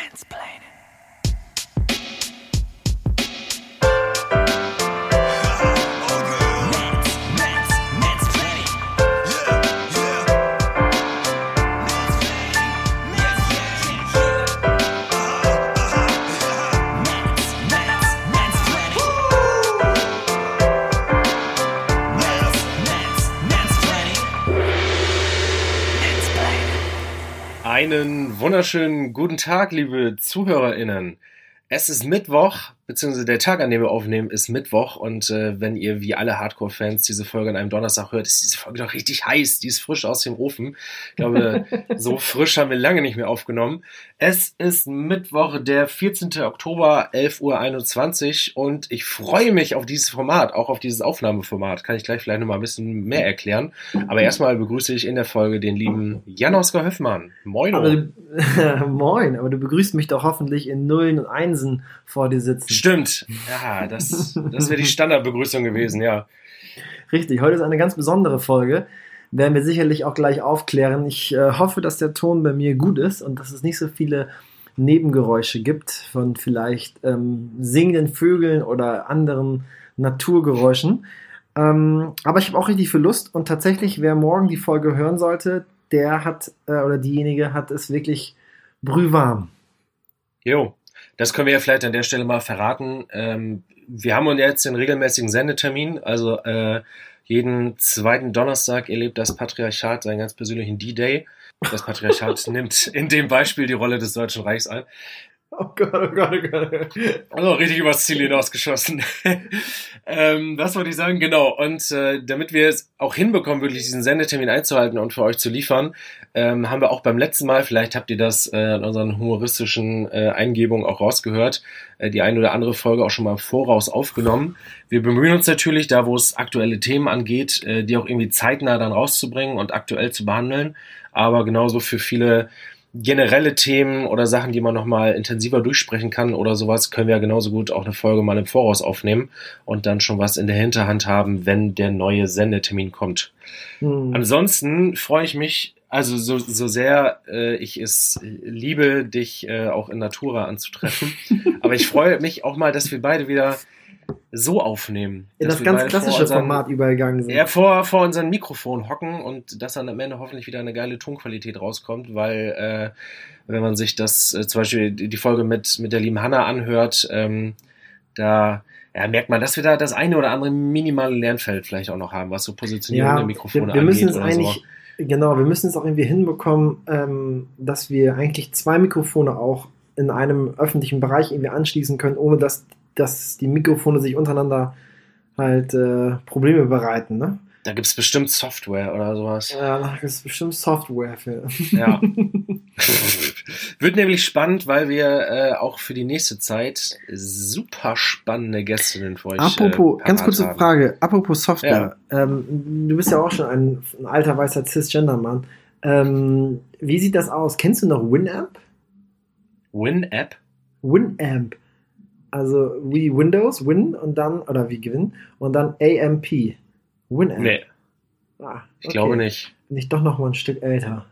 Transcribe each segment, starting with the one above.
Mansplaining. Einen wunderschönen guten Tag, liebe ZuhörerInnen. Es ist Mittwoch, beziehungsweise der Tag, an dem wir aufnehmen, ist Mittwoch. Und wenn ihr wie alle Hardcore-Fans diese Folge an einem Donnerstag hört, ist diese Folge doch richtig heiß. Die ist frisch aus dem Ofen. Ich glaube, so frisch haben wir lange nicht mehr aufgenommen. Es ist Mittwoch, der 14. Oktober, 11:21 Uhr. Und ich freue mich auf dieses Format, auch auf dieses Aufnahmeformat. Kann ich gleich vielleicht nochmal ein bisschen mehr erklären. Aber erstmal begrüße ich in der Folge den lieben Jan-Oskar Höfmann. Moin. Moin, aber du begrüßt mich doch hoffentlich in Nullen und Einsen vor dir sitzen. Stimmt. Ja, das wäre die Standardbegrüßung gewesen, ja. Richtig, heute ist eine ganz besondere Folge. Werden wir sicherlich auch gleich aufklären. Ich hoffe, dass der Ton bei mir gut ist und dass es nicht so viele Nebengeräusche gibt von vielleicht singenden Vögeln oder anderen Naturgeräuschen. Aber ich habe auch richtig viel Lust und tatsächlich, wer morgen die Folge hören sollte, der hat oder diejenige hat es wirklich brühwarm. Jo. Das können wir ja vielleicht an der Stelle mal verraten. Wir haben uns jetzt den regelmäßigen Sendetermin, also jeden zweiten Donnerstag erlebt das Patriarchat seinen ganz persönlichen D-Day. Das Patriarchat nimmt in dem Beispiel die Rolle des Deutschen Reichs ein. Oh Gott, oh Gott, oh Gott. Also richtig übers Ziel hinausgeschossen. Was wollte ich sagen? Genau. Und damit wir es auch hinbekommen, wirklich diesen Sendetermin einzuhalten und für euch zu liefern, haben wir auch beim letzten Mal, vielleicht habt ihr das in unseren humoristischen Eingebungen auch rausgehört, die eine oder andere Folge auch schon mal im Voraus aufgenommen. Wir bemühen uns natürlich, da wo es aktuelle Themen angeht, die auch irgendwie zeitnah dann rauszubringen und aktuell zu behandeln. Aber genauso für viele generelle Themen oder Sachen, die man nochmal intensiver durchsprechen kann oder sowas, können wir ja genauso gut auch eine Folge mal im Voraus aufnehmen und dann schon was in der Hinterhand haben, wenn der neue Sendetermin kommt. Ansonsten freue ich mich, also so sehr ich es liebe, dich auch in Natura anzutreffen, aber ich freue mich auch mal, dass wir beide wieder so aufnehmen. In das ganz klassische Format übergegangen sind. Ja, vor unserem Mikrofon hocken und dass dann am Ende hoffentlich wieder eine geile Tonqualität rauskommt, weil wenn man sich das zum Beispiel die Folge mit der lieben Hanna anhört, da merkt man, dass wir da das eine oder andere minimale Lernfeld vielleicht auch noch haben, was so Positionierung der Mikrofone wir müssen angeht. Es eigentlich, so. Genau, wir müssen es auch irgendwie hinbekommen, dass wir eigentlich 2 Mikrofone auch in einem öffentlichen Bereich irgendwie anschließen können, ohne dass die Mikrofone sich untereinander halt Probleme bereiten, ne? Da gibt's bestimmt Software oder sowas. Ja, da gibt's bestimmt Software für. Ja. Wird nämlich spannend, weil wir auch für die nächste Zeit super spannende Gästinnen für euch Apropos, ganz kurze haben. Frage, apropos Software. Ja. Du bist ja auch schon ein alter weißer Cisgender-Mann. Wie sieht das aus? Kennst du noch Winamp? Winamp? Winamp. Also wie Windows, Win und dann, oder wie Gewinn, und dann AMP. Winamp. Nee. Okay. Ich glaube nicht. Bin ich doch noch mal ein Stück älter.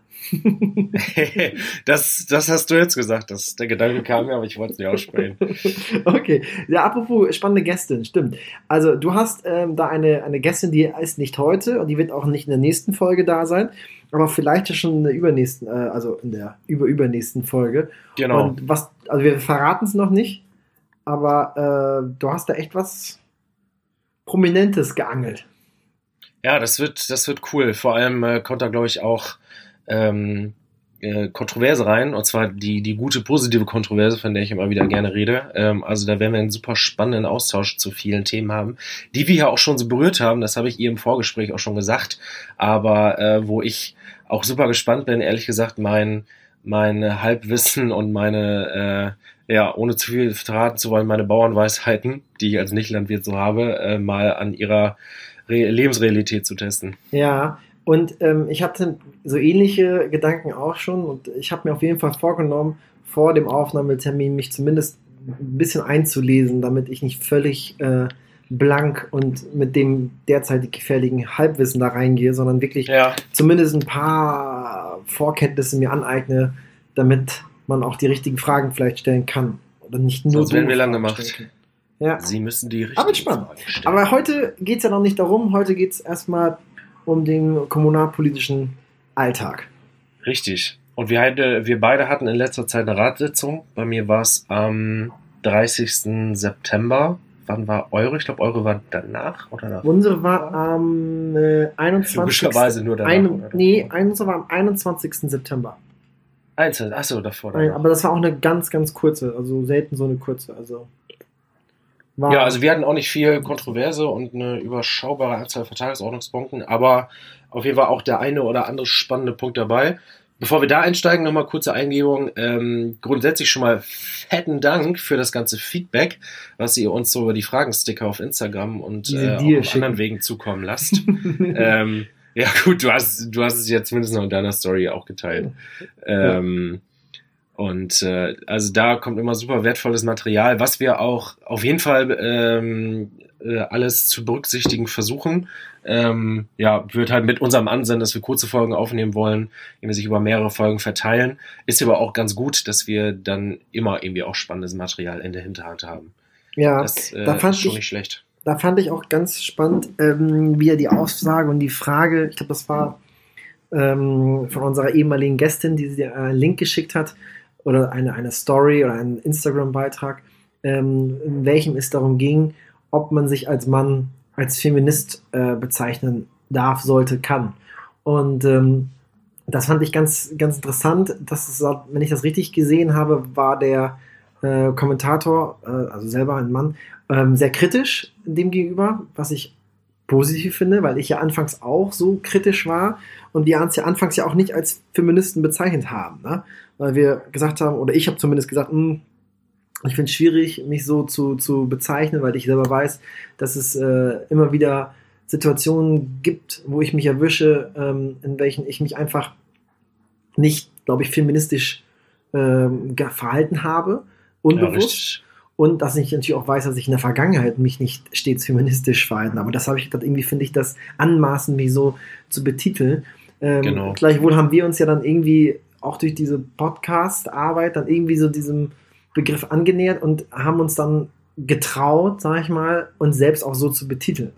Das hast du jetzt gesagt. Der Gedanke kam mir, aber ich wollte es nicht aussprechen. Okay. Ja, apropos spannende Gästin, stimmt. Also du hast da eine Gästin, die ist nicht heute und die wird auch nicht in der nächsten Folge da sein, aber vielleicht schon in der übernächsten, also in der übernächsten Folge. Genau. Und also wir verraten es noch nicht, aber du hast da echt was Prominentes geangelt. Ja, das wird cool. Vor allem kommt da, glaube ich, auch Kontroverse rein, und zwar die gute, positive Kontroverse, von der ich immer wieder gerne rede. Also da werden wir einen super spannenden Austausch zu vielen Themen haben, die wir ja auch schon so berührt haben. Das habe ich ihr im Vorgespräch auch schon gesagt. Aber wo ich auch super gespannt bin, ehrlich gesagt, mein Halbwissen und meine ohne zu viel verraten zu wollen, meine Bauernweisheiten, die ich als Nicht-Landwirt so habe, mal an ihrer Lebensrealität zu testen. Ja, und ich hatte so ähnliche Gedanken auch schon und ich habe mir auf jeden Fall vorgenommen, vor dem Aufnahmetermin mich zumindest ein bisschen einzulesen, damit ich nicht völlig blank und mit dem derzeit gefährlichen Halbwissen da reingehe, sondern wirklich zumindest ein paar Vorkenntnisse mir aneigne, damit man auch die richtigen Fragen vielleicht stellen kann. Oder nicht nur Sonst werden wir lang Fragen gemacht. stellen kann. Ja. Sie müssen die Aber richtigen spannend. Fragen stellen. Aber heute geht es ja noch nicht darum, heute geht es erstmal um den kommunalpolitischen Alltag. Richtig. Und wir beide hatten in letzter Zeit eine Ratssitzung. Bei mir war es am 30. September. Wann war eure? Ich glaube, eure war danach oder danach? Unsere war am 21. Logischerweise nur danach. Unsere war am 21. September. Achso, davor. Danach. Aber das war auch eine ganz, ganz kurze, also selten so eine kurze. Ja, also wir hatten auch nicht viel Kontroverse und eine überschaubare Anzahl von Tagesordnungspunkten, aber auf jeden Fall auch der eine oder andere spannende Punkt dabei. Bevor wir da einsteigen, nochmal kurze Eingebung. Grundsätzlich schon mal fetten Dank für das ganze Feedback, was ihr uns so über die Fragensticker auf Instagram und auf anderen Wegen zukommen lasst. Ja gut, du hast es jetzt mindestens noch in deiner Story auch geteilt. Also da kommt immer super wertvolles Material, was wir auch auf jeden Fall alles zu berücksichtigen versuchen. Wird halt mit unserem Ansinnen, dass wir kurze Folgen aufnehmen wollen, die sich über mehrere Folgen verteilen. Ist aber auch ganz gut, dass wir dann immer irgendwie auch spannendes Material in der Hinterhand haben. Ja, das ist schon nicht schlecht. Da fand ich auch ganz spannend, wie er die Aussage und die Frage, ich glaube, das war von unserer ehemaligen Gästin, die sie einen Link geschickt hat, oder eine Story oder einen Instagram-Beitrag, in welchem es darum ging, ob man sich als Mann als Feminist bezeichnen darf, sollte, kann. Und das fand ich ganz, ganz interessant. Wenn ich das richtig gesehen habe, war der Kommentator, also selber ein Mann, sehr kritisch dem gegenüber, was ich positiv finde, weil ich ja anfangs auch so kritisch war und wir uns ja anfangs ja auch nicht als Feministen bezeichnet haben, ne? Weil wir gesagt haben, oder ich habe zumindest gesagt, ich finde es schwierig, mich so zu bezeichnen, weil ich selber weiß, dass es immer wieder Situationen gibt, wo ich mich erwische, in welchen ich mich einfach nicht, glaube ich, feministisch verhalten habe, unbewusst. Ja, und dass ich natürlich auch weiß, dass ich in der Vergangenheit mich nicht stets feministisch verhalten habe. Aber das habe ich gerade irgendwie, finde ich, das anmaßend, mich so zu betiteln. Genau. Gleichwohl haben wir uns ja dann irgendwie auch durch diese Podcast-Arbeit dann irgendwie so diesem Begriff angenähert und haben uns dann getraut, sag ich mal, uns selbst auch so zu betiteln.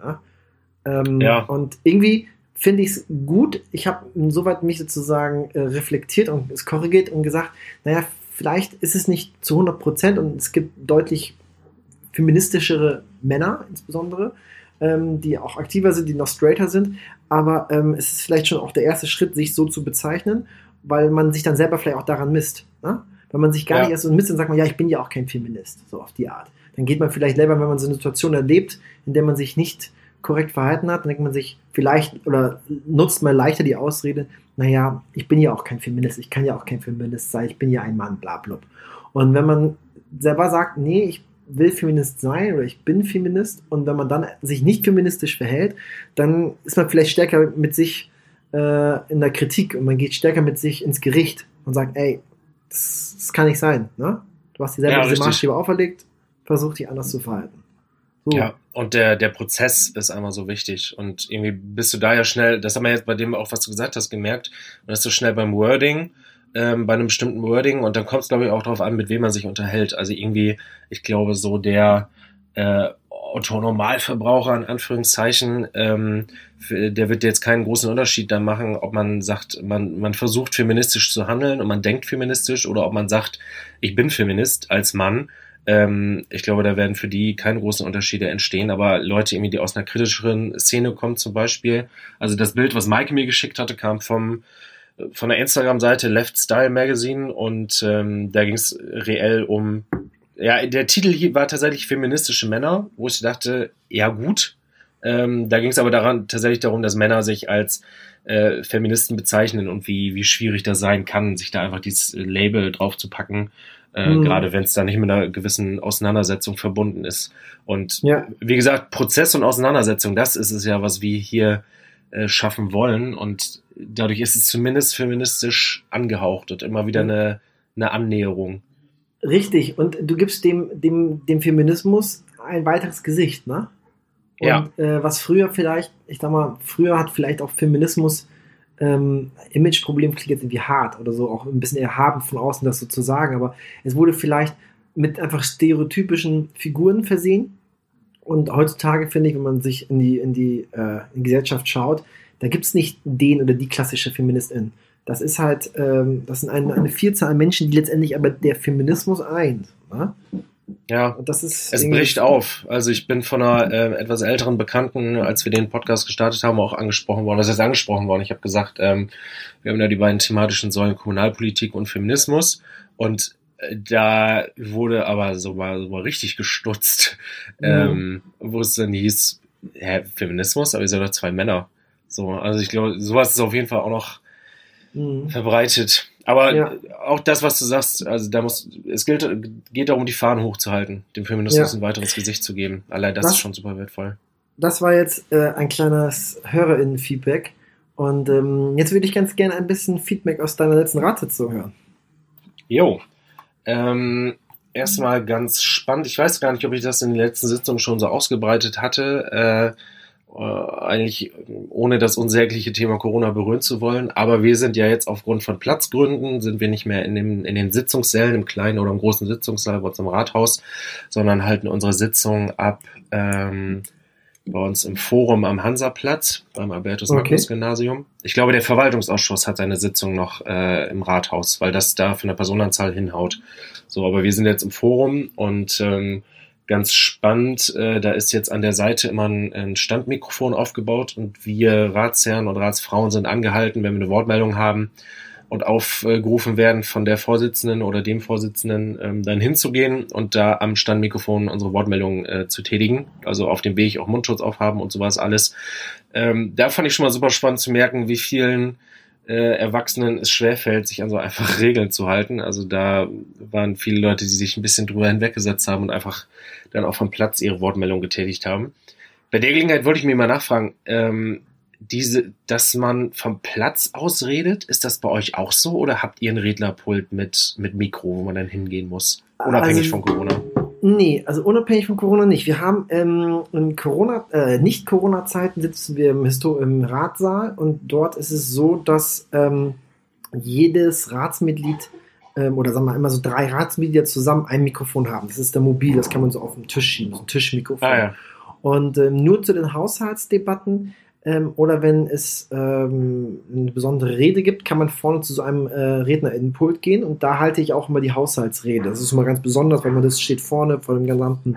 Ne? Und irgendwie finde ich es gut. Ich habe insoweit mich sozusagen reflektiert und es korrigiert und gesagt, naja, vielleicht ist es nicht zu 100% und es gibt deutlich feministischere Männer insbesondere, die auch aktiver sind, die noch straighter sind, aber es ist vielleicht schon auch der erste Schritt, sich so zu bezeichnen, weil man sich dann selber vielleicht auch daran misst. Ne? Weil man sich gar nicht erst so misst und sagt man, ja, ich bin ja auch kein Feminist, so auf die Art. Dann geht man vielleicht selber, wenn man so eine Situation erlebt, in der man sich nicht korrekt verhalten hat, dann denkt man sich vielleicht oder nutzt man leichter die Ausrede, naja, ich bin ja auch kein Feminist, ich kann ja auch kein Feminist sein, ich bin ja ein Mann, bla bla. Und wenn man selber sagt, nee, ich will Feminist sein oder ich bin Feminist und wenn man dann sich nicht feministisch verhält, dann ist man vielleicht stärker mit sich in der Kritik und man geht stärker mit sich ins Gericht und sagt, ey, das kann nicht sein, ne? Du hast dir selber diese Maßstäbe auferlegt, versuch dich anders zu verhalten. So. Ja, und der Prozess ist einmal so wichtig und irgendwie bist du da ja schnell, das haben wir jetzt bei dem auch, was du gesagt hast, gemerkt, und das ist so schnell beim Wording, bei einem bestimmten Wording und dann kommt es, glaube ich, auch darauf an, mit wem man sich unterhält. Also irgendwie, ich glaube, so der Otto-Normalverbraucher, in Anführungszeichen, der wird jetzt keinen großen Unterschied da machen, ob man sagt, man versucht feministisch zu handeln und man denkt feministisch oder ob man sagt, ich bin Feminist als Mann. Ich glaube, da werden für die keine großen Unterschiede entstehen, aber Leute irgendwie, die aus einer kritischeren Szene kommen zum Beispiel, also das Bild, was Maike mir geschickt hatte, kam von der Instagram-Seite Left Style Magazine und da ging es reell um, ja, der Titel hier war tatsächlich feministische Männer, wo ich dachte, ja gut, da ging es aber tatsächlich darum, dass Männer sich als Feministen bezeichnen und wie schwierig das sein kann, sich da einfach dieses Label drauf zu packen, gerade wenn es da nicht mit einer gewissen Auseinandersetzung verbunden ist. Und wie gesagt, Prozess und Auseinandersetzung, das ist es ja, was wir hier schaffen wollen und dadurch ist es zumindest feministisch angehaucht und immer wieder eine Annäherung. Richtig, und du gibst dem Feminismus ein weiteres Gesicht, ne? Und was früher vielleicht, ich sag mal, früher hat vielleicht auch Feminismus Imageproblem klingt jetzt irgendwie hart oder so, auch ein bisschen erhaben von außen das so zu sagen, aber es wurde vielleicht mit einfach stereotypischen Figuren versehen. Und heutzutage finde ich, wenn man sich in die Gesellschaft schaut, da gibt es nicht den oder die klassische Feministin. Das ist halt, das sind eine Vielzahl an Menschen, die letztendlich aber der Feminismus eint. Ne? Ja, Und das ist es bricht auf. Also ich bin von einer etwas älteren Bekannten, als wir den Podcast gestartet haben, auch angesprochen worden. Das heißt angesprochen worden. Ich habe gesagt, wir haben da die beiden thematischen Säulen Kommunalpolitik und Feminismus. Und da wurde aber so mal richtig gestutzt, wo es dann hieß, Feminismus, aber ihr seid doch 2 Männer. So, also ich glaube, sowas ist auf jeden Fall auch noch verbreitet. Aber auch das, was du sagst, also geht darum, die Fahnen hochzuhalten, dem Feminismus ein weiteres Gesicht zu geben. Allein das ist schon super wertvoll. Das war jetzt ein kleines HörerInnen-Feedback. Und jetzt würde ich ganz gerne ein bisschen Feedback aus deiner letzten Ratssitzung hören. Jo. Erstmal ganz spannend. Ich weiß gar nicht, ob ich das in der letzten Sitzung schon so ausgebreitet hatte. Eigentlich ohne das unsägliche Thema Corona berühren zu wollen. Aber wir sind ja jetzt aufgrund von Platzgründen, sind wir nicht mehr in den Sitzungssälen, im kleinen oder im großen Sitzungssaal bei uns im Rathaus, sondern halten unsere Sitzung ab bei uns im Forum am Hansaplatz, beim Albertus-Magnus-Gymnasium. Ich glaube, der Verwaltungsausschuss hat seine Sitzung noch im Rathaus, weil das da von der Personenzahl hinhaut. So, aber wir sind jetzt im Forum und ganz spannend, da ist jetzt an der Seite immer ein Standmikrofon aufgebaut und wir Ratsherren und Ratsfrauen sind angehalten, wenn wir eine Wortmeldung haben und aufgerufen werden von der Vorsitzenden oder dem Vorsitzenden, dann hinzugehen und da am Standmikrofon unsere Wortmeldung zu tätigen. Also auf dem Weg auch Mundschutz aufhaben und sowas alles. Da fand ich schon mal super spannend zu merken, wie vielen Erwachsenen es schwerfällt, sich an so einfach Regeln zu halten. Also da waren viele Leute, die sich ein bisschen drüber hinweggesetzt haben und einfach dann auch vom Platz ihre Wortmeldung getätigt haben. Bei der Gelegenheit wollte ich mir mal nachfragen, dass man vom Platz aus redet, ist das bei euch auch so oder habt ihr ein Rednerpult mit Mikro, wo man dann hingehen muss? Unabhängig von Corona? Nee, also unabhängig von Corona nicht. Wir haben in Nicht-Corona-Zeiten sitzen wir im Ratssaal und dort ist es so, dass jedes Ratsmitglied oder sagen wir immer so 3 Ratsmitglieder zusammen ein Mikrofon haben. Das ist der Mobil, das kann man so auf den Tisch schieben, so ein Tischmikrofon. Ja. Und nur zu den Haushaltsdebatten oder wenn es eine besondere Rede gibt, kann man vorne zu so einem Rednerinnenpult gehen und da halte ich auch immer die Haushaltsrede. Das ist immer ganz besonders, weil das steht vorne vor dem gesamten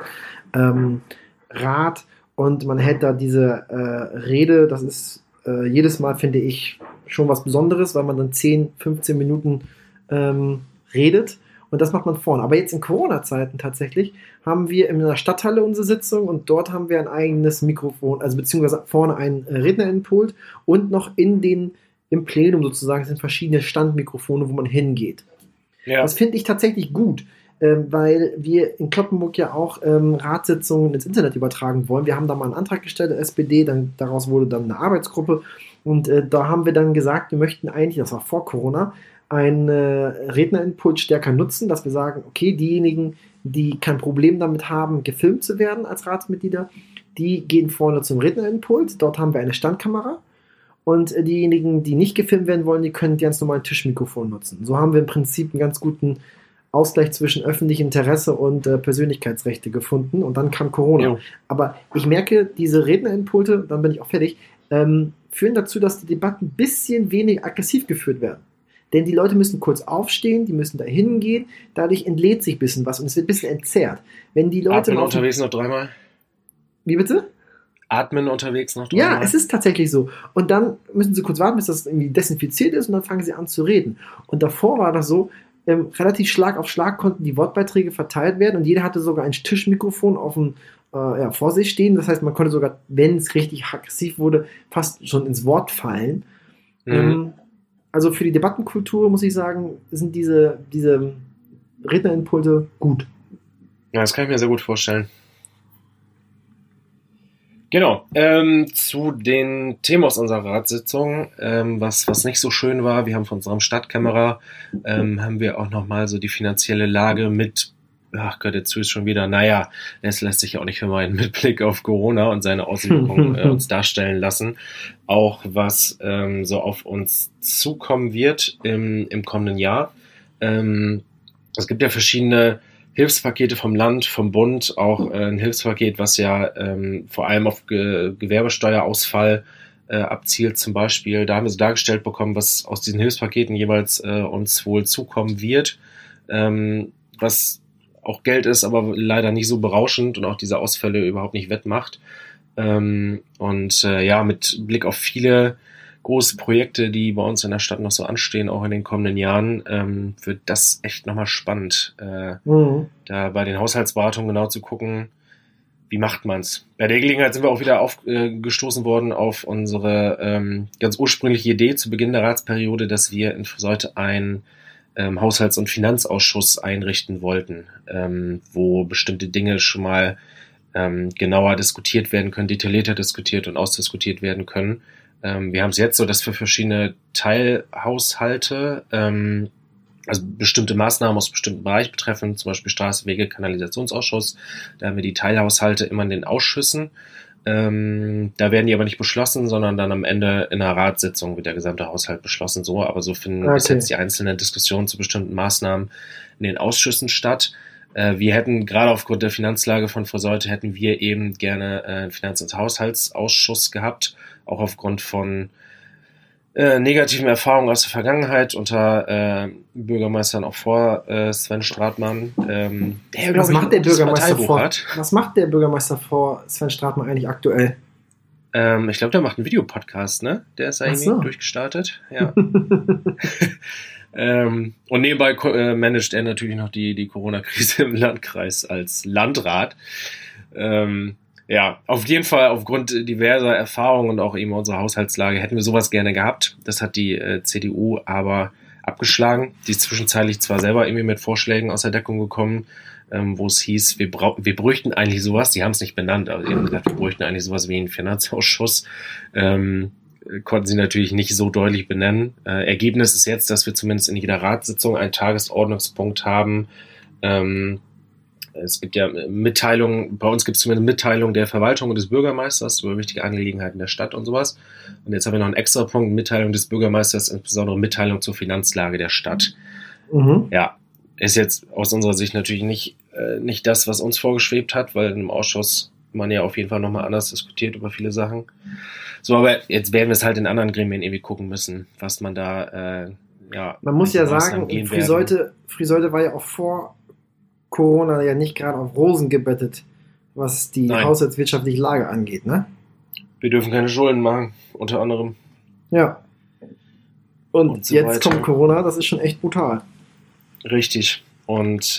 Rat und man hält da diese Rede, das ist jedes Mal, finde ich, schon was Besonderes, weil man dann 10, 15 Minuten redet. Und das macht man vorne. Aber jetzt in Corona-Zeiten tatsächlich haben wir in der Stadthalle unsere Sitzung und dort haben wir ein eigenes Mikrofon, also beziehungsweise vorne ein Rednerinnenpult und noch im Plenum sozusagen sind verschiedene Standmikrofone, wo man hingeht. Ja. Das finde ich tatsächlich gut, weil wir in Cloppenburg ja auch Ratssitzungen ins Internet übertragen wollen. Wir haben da mal einen Antrag gestellt, der SPD, daraus wurde dann eine Arbeitsgruppe und da haben wir dann gesagt, wir möchten eigentlich, das war vor Corona, einen Rednerinput stärker nutzen, dass wir sagen, okay, diejenigen, die kein Problem damit haben, gefilmt zu werden als Ratsmitglieder, die gehen vorne zum Rednerinpult, dort haben wir eine Standkamera und diejenigen, die nicht gefilmt werden wollen, die können ganz normal ein Tischmikrofon nutzen. So haben wir im Prinzip einen ganz guten Ausgleich zwischen öffentlichem Interesse und Persönlichkeitsrechte gefunden und dann kam Corona. Jo. Aber ich merke, diese Rednerinpulte, dann bin ich auch fertig, führen dazu, dass die Debatten ein bisschen weniger aggressiv geführt werden. Denn die Leute müssen kurz aufstehen, die müssen da hingehen, dadurch entlädt sich ein bisschen was und es wird ein bisschen entzerrt. Wenn die Leute Atmen unterwegs noch 3-mal? Wie bitte? Atmen unterwegs noch 3-mal? Ja, es ist tatsächlich so. Und dann müssen sie kurz warten, bis das irgendwie desinfiziert ist und dann fangen sie an zu reden. Und davor war das so, relativ Schlag auf Schlag konnten die Wortbeiträge verteilt werden und jeder hatte sogar ein Tischmikrofon auf dem vor sich stehen. Das heißt, man konnte sogar, wenn es richtig aggressiv wurde, fast schon ins Wort fallen. Also für die Debattenkultur, muss ich sagen, sind diese Rednerinnenpulte gut. Ja, das kann ich mir sehr gut vorstellen. Genau, zu den Themen aus unserer Ratssitzung, was nicht so schön war, wir haben von unserem Stadtkämmerer, haben wir auch nochmal so die finanzielle Lage mit ach Gott, jetzt ist schon wieder, naja, es lässt sich auch nicht vermeiden mit Blick auf Corona und seine Auswirkungen uns darstellen lassen. Auch was so auf uns zukommen wird im kommenden Jahr. Es gibt ja verschiedene Hilfspakete vom Land, vom Bund, auch ein Hilfspaket, was ja vor allem auf Gewerbesteuerausfall abzielt zum Beispiel. Da haben wir so dargestellt bekommen, was aus diesen Hilfspaketen jeweils uns wohl zukommen wird, was auch Geld ist, aber leider nicht so berauschend und auch diese Ausfälle überhaupt nicht wettmacht. Mit Blick auf viele große Projekte, die bei uns in der Stadt noch so anstehen, auch in den kommenden Jahren, wird das echt nochmal spannend, da bei den Haushaltsberatungen genau zu gucken, wie macht man's? Bei der Gelegenheit sind wir auch wieder aufgestoßen worden auf unsere ganz ursprüngliche Idee zu Beginn der Ratsperiode, dass wir in Friseute einen Haushalts- und Finanzausschuss einrichten wollten, wo bestimmte Dinge schon mal genauer diskutiert werden können, detaillierter diskutiert und ausdiskutiert werden können. Wir haben es jetzt so, dass für verschiedene Teilhaushalte, also bestimmte Maßnahmen aus bestimmten Bereichen betreffen, zum Beispiel Straße, Wege, Kanalisationsausschuss, da haben wir die Teilhaushalte immer in den Ausschüssen. Da werden die aber nicht beschlossen, sondern dann am Ende in einer Ratssitzung wird der gesamte Haushalt beschlossen. Aber so finden bis jetzt die einzelnen Diskussionen zu bestimmten Maßnahmen in den Ausschüssen statt. Wir hätten, gerade aufgrund der Finanzlage von Friseute, hätten wir eben gerne einen Finanz- und Haushaltsausschuss gehabt, auch aufgrund von negativen Erfahrungen aus der Vergangenheit unter Bürgermeistern auch vor Sven Stratmann. Was macht der Bürgermeister vor Sven Stratmann eigentlich aktuell? Ich glaube, der macht einen Videopodcast, ne? Der ist irgendwie durchgestartet. Ja. Und nebenbei managt er natürlich noch die Corona-Krise im Landkreis als Landrat. Auf jeden Fall aufgrund diverser Erfahrungen und auch eben unserer Haushaltslage hätten wir sowas gerne gehabt. Das hat die CDU aber abgeschlagen. Die ist zwischenzeitlich zwar selber irgendwie mit Vorschlägen aus der Deckung gekommen, wo es hieß, wir bräuchten eigentlich sowas. Die haben es nicht benannt, aber sie haben gesagt, wir bräuchten eigentlich sowas wie einen Finanzausschuss. Konnten sie natürlich nicht so deutlich benennen. Ergebnis ist jetzt, dass wir zumindest in jeder Ratssitzung einen Tagesordnungspunkt haben. Es gibt ja Mitteilungen, bei uns gibt es zumindest Mitteilungen der Verwaltung und des Bürgermeisters über wichtige Angelegenheiten der Stadt und sowas. Und jetzt haben wir noch einen extra Punkt, Mitteilung des Bürgermeisters, insbesondere Mitteilung zur Finanzlage der Stadt. Ja, ist jetzt aus unserer Sicht natürlich nicht das, was uns vorgeschwebt hat, weil im Ausschuss man ja auf jeden Fall nochmal anders diskutiert über viele Sachen. So, aber jetzt werden wir es halt in anderen Gremien irgendwie gucken müssen, was man da, Man muss ja sagen, Friseute war ja auch vor Corona ja nicht gerade auf Rosen gebettet, was die haushaltswirtschaftliche Lage angeht, ne? Wir dürfen keine Schulden machen, unter anderem. Ja. Und so jetzt weiter. Kommt Corona, das ist schon echt brutal. Richtig. Und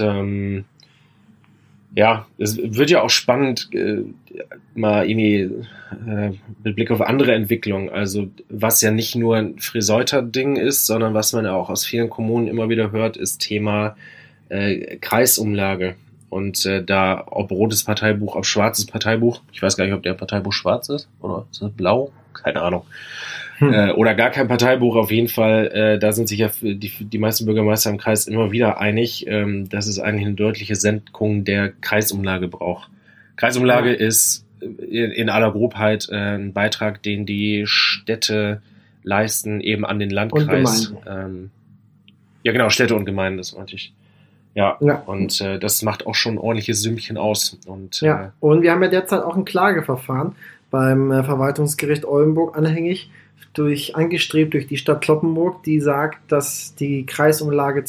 es wird ja auch spannend, mal irgendwie mit Blick auf andere Entwicklungen, also was ja nicht nur ein Friseuter Ding ist, sondern was man ja auch aus vielen Kommunen immer wieder hört, ist Thema Kreisumlage. Und da ob rotes Parteibuch, ob schwarzes Parteibuch, ich weiß gar nicht, ob der Parteibuch schwarz ist oder ist das blau? Keine Ahnung. Oder gar kein Parteibuch, auf jeden Fall, da sind sich ja die meisten Bürgermeister im Kreis immer wieder einig, dass es eigentlich eine deutliche Senkung der Kreisumlage braucht. Kreisumlage ist in aller Grobheit ein Beitrag, den die Städte leisten, eben an den Landkreis. Städte und Gemeinden, das meinte ich. Ja. Und das macht auch schon ein ordentliches Sümmchen aus. Und wir haben ja derzeit auch ein Klageverfahren beim Verwaltungsgericht Oldenburg anhängig, angestrebt durch die Stadt Cloppenburg, die sagt, dass die Kreisumlage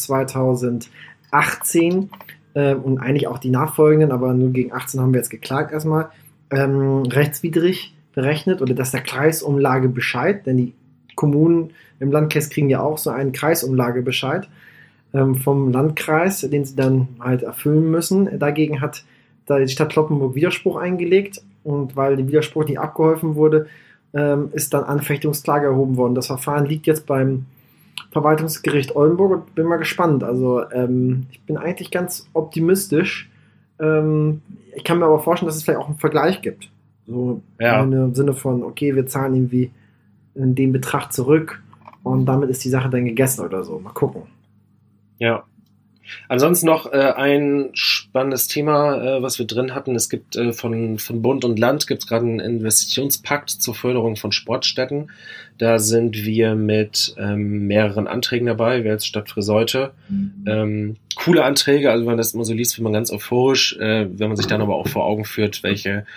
2018 und eigentlich auch die nachfolgenden, aber nur gegen 18 haben wir jetzt geklagt erstmal, rechtswidrig berechnet oder dass der Kreisumlagebescheid, denn die Kommunen im Landkreis kriegen ja auch so einen Kreisumlagebescheid vom Landkreis, den sie dann halt erfüllen müssen. Dagegen hat da die Stadt Cloppenburg Widerspruch eingelegt und weil dem Widerspruch nicht abgeholfen wurde, ist dann Anfechtungsklage erhoben worden. Das Verfahren liegt jetzt beim Verwaltungsgericht Oldenburg und bin mal gespannt. Also ich bin eigentlich ganz optimistisch. Ich kann mir aber vorstellen, dass es vielleicht auch einen Vergleich gibt. So im Sinne von, okay, wir zahlen irgendwie den Betrag zurück und damit ist die Sache dann gegessen oder so. Mal gucken. Ja. Ansonsten noch ein spannendes Thema, was wir drin hatten. Es gibt von Bund und Land gibt es gerade einen Investitionspakt zur Förderung von Sportstätten. Da sind wir mit mehreren Anträgen dabei, wir als Stadt Friseute. Coole Anträge, also wenn man das immer so liest, wird man ganz euphorisch, wenn man sich dann aber auch vor Augen führt, welche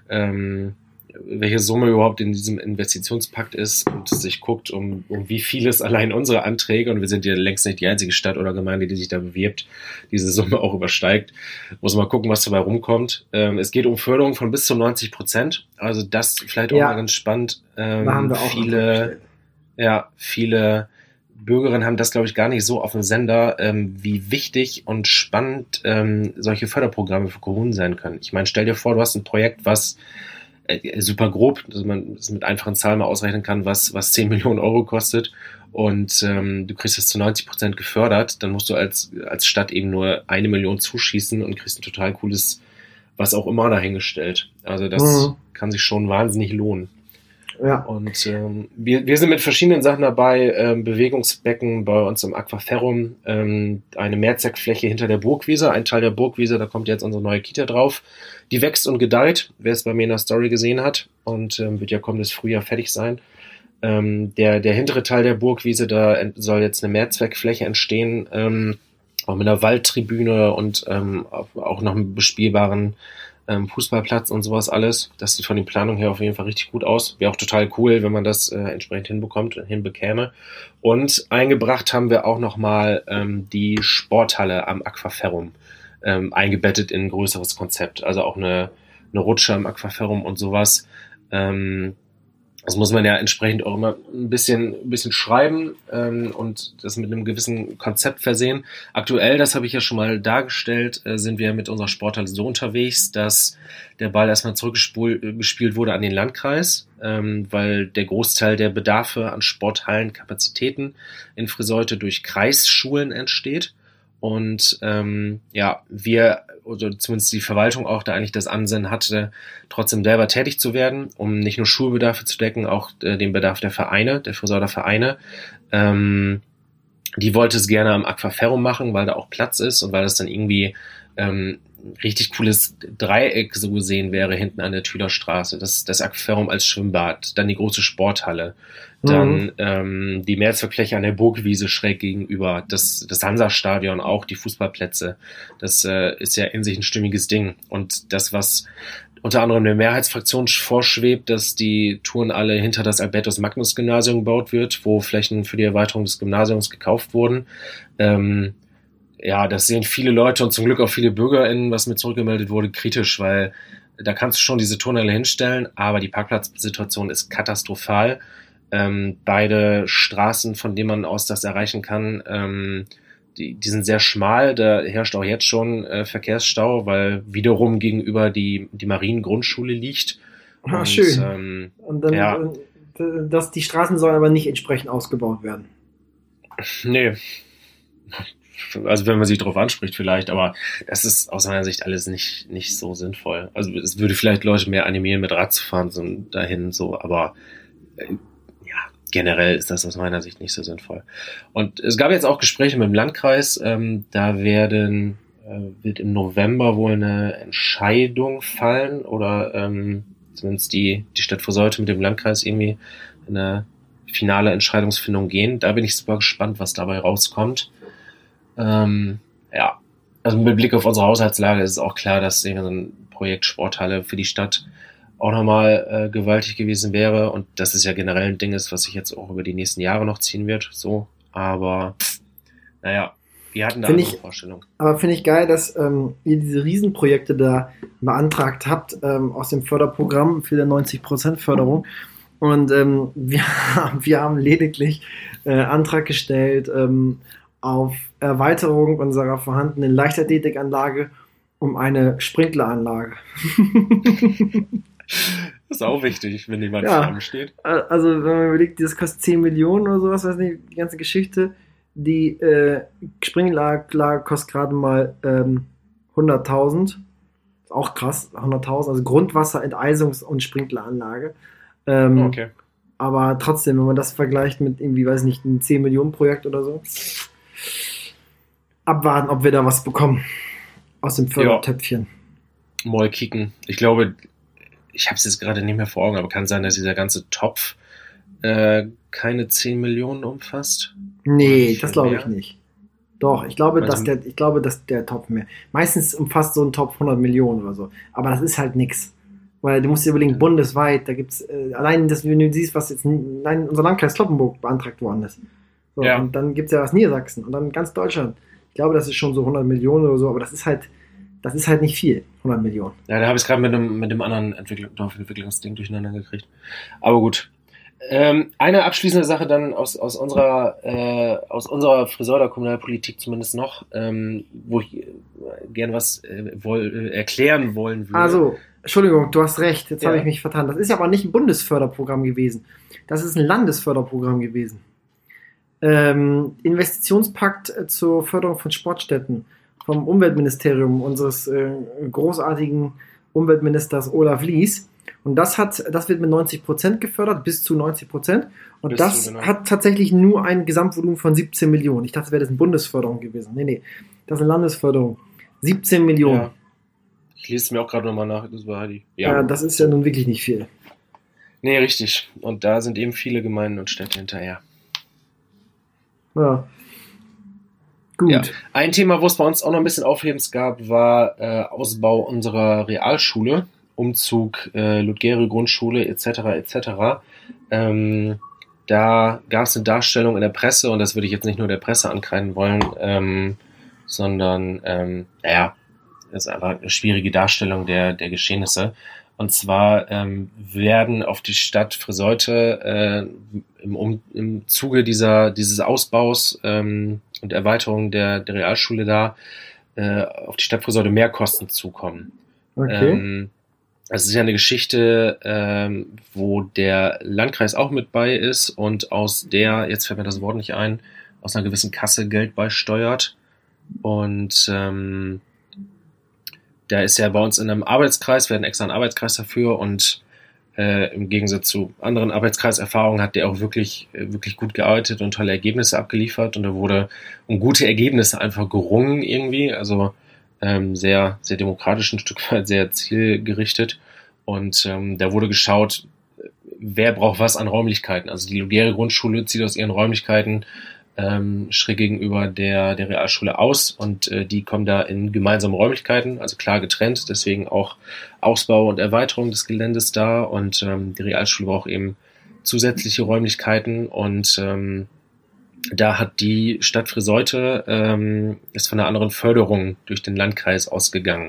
Summe überhaupt in diesem Investitionspakt ist und sich guckt, um wie viel es allein unsere Anträge, und wir sind ja längst nicht die einzige Stadt oder Gemeinde, die sich da bewirbt, diese Summe auch übersteigt. Muss man gucken, was dabei rumkommt. Es geht um Förderung von bis zu 90%. Also das vielleicht auch mal ganz spannend. Da haben wir auch viele Bürgerinnen haben das, glaube ich, gar nicht so auf dem Sender, wie wichtig und spannend solche Förderprogramme für Kommunen sein können. Ich meine, stell dir vor, du hast ein Projekt, was super grob, dass man es mit einfachen Zahlen mal ausrechnen kann, was 10 Millionen Euro kostet, und du kriegst es zu 90% gefördert, dann musst du als Stadt eben nur 1 Million zuschießen und kriegst ein total cooles, was auch immer, dahingestellt. Also das kann sich schon wahnsinnig lohnen. Ja. Und wir sind mit verschiedenen Sachen dabei, Bewegungsbecken bei uns im Aquaferrum, eine Mehrzweckfläche hinter der Burgwiese, ein Teil der Burgwiese, da kommt jetzt unsere neue Kita drauf. Die wächst und gedeiht, wer es bei mir in der Story gesehen hat, und wird ja kommendes Frühjahr fertig sein. Der hintere Teil der Burgwiese, da soll jetzt eine Mehrzweckfläche entstehen, auch mit einer Waldtribüne und auch noch einem bespielbaren Fußballplatz und sowas alles. Das sieht von den Planungen her auf jeden Fall richtig gut aus. Wäre auch total cool, wenn man das entsprechend hinbekäme. Und eingebracht haben wir auch nochmal die Sporthalle am Aquaferrum, eingebettet in ein größeres Konzept. Also auch eine Rutsche am Aquaferrum und sowas. Das muss man ja entsprechend auch immer ein bisschen schreiben und das mit einem gewissen Konzept versehen. Aktuell, das habe ich ja schon mal dargestellt, sind wir mit unserer Sporthalle so unterwegs, dass der Ball erstmal zurückgespielt wurde an den Landkreis, weil der Großteil der Bedarfe an Sporthallenkapazitäten in Friseute durch Kreisschulen entsteht. Und wir, oder zumindest die Verwaltung auch, da eigentlich das Ansinnen hatte, trotzdem selber tätig zu werden, um nicht nur Schulbedarfe zu decken, auch den Bedarf der Vereine, der Friseuter Vereine. Die wollte es gerne am Aquaferrum machen, weil da auch Platz ist und weil das dann irgendwie richtig cooles Dreieck so gesehen wäre hinten an der Thülerstraße. Das Aquaferrum als Schwimmbad, dann die große Sporthalle, dann die Mehrzweckfläche an der Burgwiese schräg gegenüber, das Hansa-Stadion, auch die Fußballplätze. Das ist ja in sich ein stimmiges Ding. Und das, was unter anderem der Mehrheitsfraktion vorschwebt, dass die Turnhalle hinter das Albertus-Magnus-Gymnasium gebaut wird, wo Flächen für die Erweiterung des Gymnasiums gekauft wurden. Das sehen viele Leute und zum Glück auch viele BürgerInnen, was mir zurückgemeldet wurde, kritisch, weil da kannst du schon diese Turnhalle hinstellen, aber die Parkplatzsituation ist katastrophal. Beide Straßen, von denen man aus das erreichen kann, die sind sehr schmal, da herrscht auch jetzt schon Verkehrsstau, weil wiederum gegenüber die Mariengrundschule liegt. Und, schön. Und dann, die Straßen sollen aber nicht entsprechend ausgebaut werden. Nee. Also wenn man sich darauf anspricht vielleicht, aber das ist aus meiner Sicht alles nicht so sinnvoll. Also es würde vielleicht Leute mehr animieren, mit Rad zu fahren, so dahin, so, aber generell ist das aus meiner Sicht nicht so sinnvoll. Und es gab jetzt auch Gespräche mit dem Landkreis, da wird im November wohl eine Entscheidung fallen oder zumindest die Stadt Friseute mit dem Landkreis irgendwie in eine finale Entscheidungsfindung gehen. Da bin ich super gespannt, was dabei rauskommt. Also mit Blick auf unsere Haushaltslage ist es auch klar, dass so ein Projekt Sporthalle für die Stadt auch nochmal gewaltig gewesen wäre, und das ist ja generell ein Ding ist, was sich jetzt auch über die nächsten Jahre noch ziehen wird, so, aber wir hatten da eine Vorstellung. Aber finde ich geil, dass ihr diese Riesenprojekte da beantragt habt aus dem Förderprogramm für die 90% Förderung, und wir haben lediglich Antrag gestellt auf Erweiterung unserer vorhandenen Leichtathletikanlage um eine Sprinkleranlage. Das ist auch wichtig, wenn jemand vor allem steht. Also wenn man überlegt, das kostet 10 Millionen oder sowas, weiß nicht, die ganze Geschichte. Die Sprinkleranlage kostet gerade mal 100.000. Ist auch krass, 100.000. Also Grundwasserenteisungs- und Sprinkleranlage. Okay. Aber trotzdem, wenn man das vergleicht mit irgendwie, weiß nicht, einem 10 Millionen Projekt oder so, abwarten, ob wir da was bekommen. aus dem Fördertöpfchen. Mal kicken. Ich glaube, ich habe es jetzt gerade nicht mehr vor Augen, aber kann sein, dass dieser ganze Topf keine 10 Millionen umfasst? Nee, das glaube ich nicht. Doch, ich glaube, Also, dass der Topf mehr. Meistens umfasst so ein Topf 100 Millionen oder so. Aber das ist halt nix. Weil du musst dir überlegen, bundesweit, da gibt's allein, wenn du siehst, was jetzt allein unser Landkreis Kloppenburg beantragt worden ist. So, Ja. und dann gibt's ja was Niedersachsen und dann ganz Deutschland. Ich glaube, das ist schon so 100 Millionen oder so, aber das ist halt nicht viel, 100 Millionen. Ja, da habe ich es gerade mit dem anderen Entwicklungsding durcheinander gekriegt. Aber gut. Eine abschließende Sache dann aus unserer Friseurder Kommunalpolitik zumindest noch, wo ich gern was erklären wollen würde. Also, Entschuldigung, du hast recht, jetzt Ja. habe ich mich vertan. Das ist aber nicht ein Bundesförderprogramm gewesen. Das ist ein Landesförderprogramm gewesen. Investitionspakt zur Förderung von Sportstätten vom Umweltministerium unseres großartigen Umweltministers Olaf Lies. Und das wird mit 90% gefördert, bis zu 90%. Und Bis das zu, genau. hat tatsächlich nur ein Gesamtvolumen von 17 Millionen. Ich dachte, das wäre eine Bundesförderung gewesen. Nee, das ist eine Landesförderung. 17 Millionen. Ja. Ich lese es mir auch gerade nochmal nach, das war Heidi. Ja, das ist ja nun wirklich nicht viel. Nee, richtig. Und da sind eben viele Gemeinden und Städte hinterher. Ja. Gut. Ja. Ein Thema, wo es bei uns auch noch ein bisschen Aufhebens gab, war Ausbau unserer Realschule, Umzug Ludgeri Grundschule etc. etc. Da gab es eine Darstellung in der Presse, und das würde ich jetzt nicht nur der Presse ankreiden wollen, sondern das ist einfach eine schwierige Darstellung der Geschehnisse. Und zwar werden auf die Stadt Friseute im Zuge dieses Ausbaus und Erweiterung der Realschule da auf die Stadt Friseute Mehrkosten zukommen. Okay. Es ist ja eine Geschichte, wo der Landkreis auch mit bei ist und aus der, jetzt fällt mir das Wort nicht ein, aus einer gewissen Kasse Geld beisteuert. Und da ist ja bei uns in einem Arbeitskreis, wir hatten extra einen Arbeitskreis dafür, und im Gegensatz zu anderen Arbeitskreiserfahrungen hat der auch wirklich gut gearbeitet und tolle Ergebnisse abgeliefert, und da wurde um gute Ergebnisse einfach gerungen irgendwie, also sehr, sehr demokratisch, ein Stück weit sehr zielgerichtet, und da wurde geschaut, wer braucht was an Räumlichkeiten. Also die Ludgeri Grundschule zieht aus ihren Räumlichkeiten schräg gegenüber der Realschule aus, und die kommen da in gemeinsame Räumlichkeiten, also klar getrennt, deswegen auch Ausbau und Erweiterung des Geländes da, und die Realschule braucht eben zusätzliche Räumlichkeiten, und da hat die Stadt Friseute ist von einer anderen Förderung durch den Landkreis ausgegangen,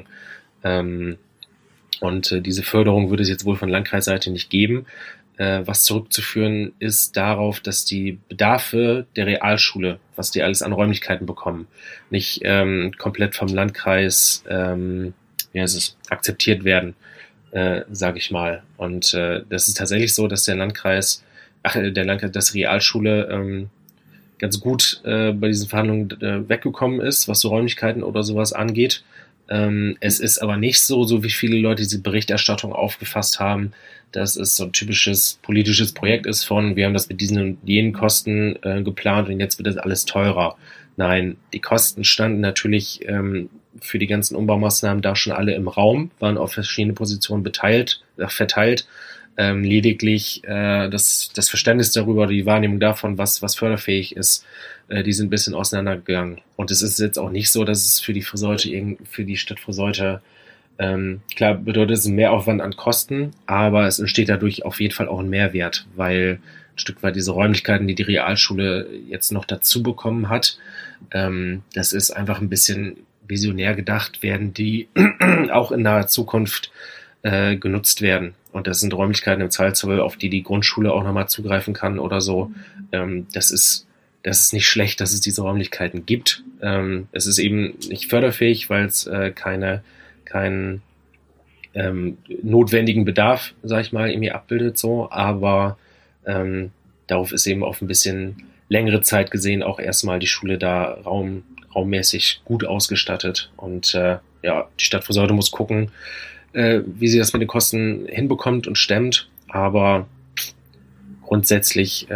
und diese Förderung würde es jetzt wohl von Landkreisseite nicht geben. Was zurückzuführen ist darauf, dass die Bedarfe der Realschule, was die alles an Räumlichkeiten bekommen, nicht komplett vom Landkreis akzeptiert werden, sage ich mal. Und das ist tatsächlich so, dass dass die Realschule ganz gut bei diesen Verhandlungen weggekommen ist, was so Räumlichkeiten oder sowas angeht. Es ist aber nicht so wie viele Leute diese Berichterstattung aufgefasst haben, dass es so ein typisches politisches Projekt ist von, wir haben das mit diesen und jenen Kosten geplant und jetzt wird das alles teurer. Nein, die Kosten standen natürlich für die ganzen Umbaumaßnahmen da schon alle im Raum, waren auf verschiedene Positionen verteilt. Lediglich das Verständnis darüber, die Wahrnehmung davon, was förderfähig ist, die sind ein bisschen auseinandergegangen. Und es ist jetzt auch nicht so, dass es für die Stadt Friseute, klar bedeutet es einen Mehraufwand an Kosten, aber es entsteht dadurch auf jeden Fall auch ein Mehrwert, weil ein Stück weit diese Räumlichkeiten, die Realschule jetzt noch dazu bekommen hat, das ist einfach ein bisschen visionär gedacht, werden die auch in naher Zukunft genutzt werden. Und das sind Räumlichkeiten im Zweifelsfall, auf die Grundschule auch nochmal zugreifen kann oder so. Das ist nicht schlecht, dass es diese Räumlichkeiten gibt. Es ist eben nicht förderfähig, weil es keinen notwendigen Bedarf, sag ich mal, irgendwie abbildet, so. Aber darauf ist eben auf ein bisschen längere Zeit gesehen auch erstmal die Schule da raummäßig gut ausgestattet. Und die Stadt Friseute muss gucken, wie sie das mit den Kosten hinbekommt und stemmt. Aber grundsätzlich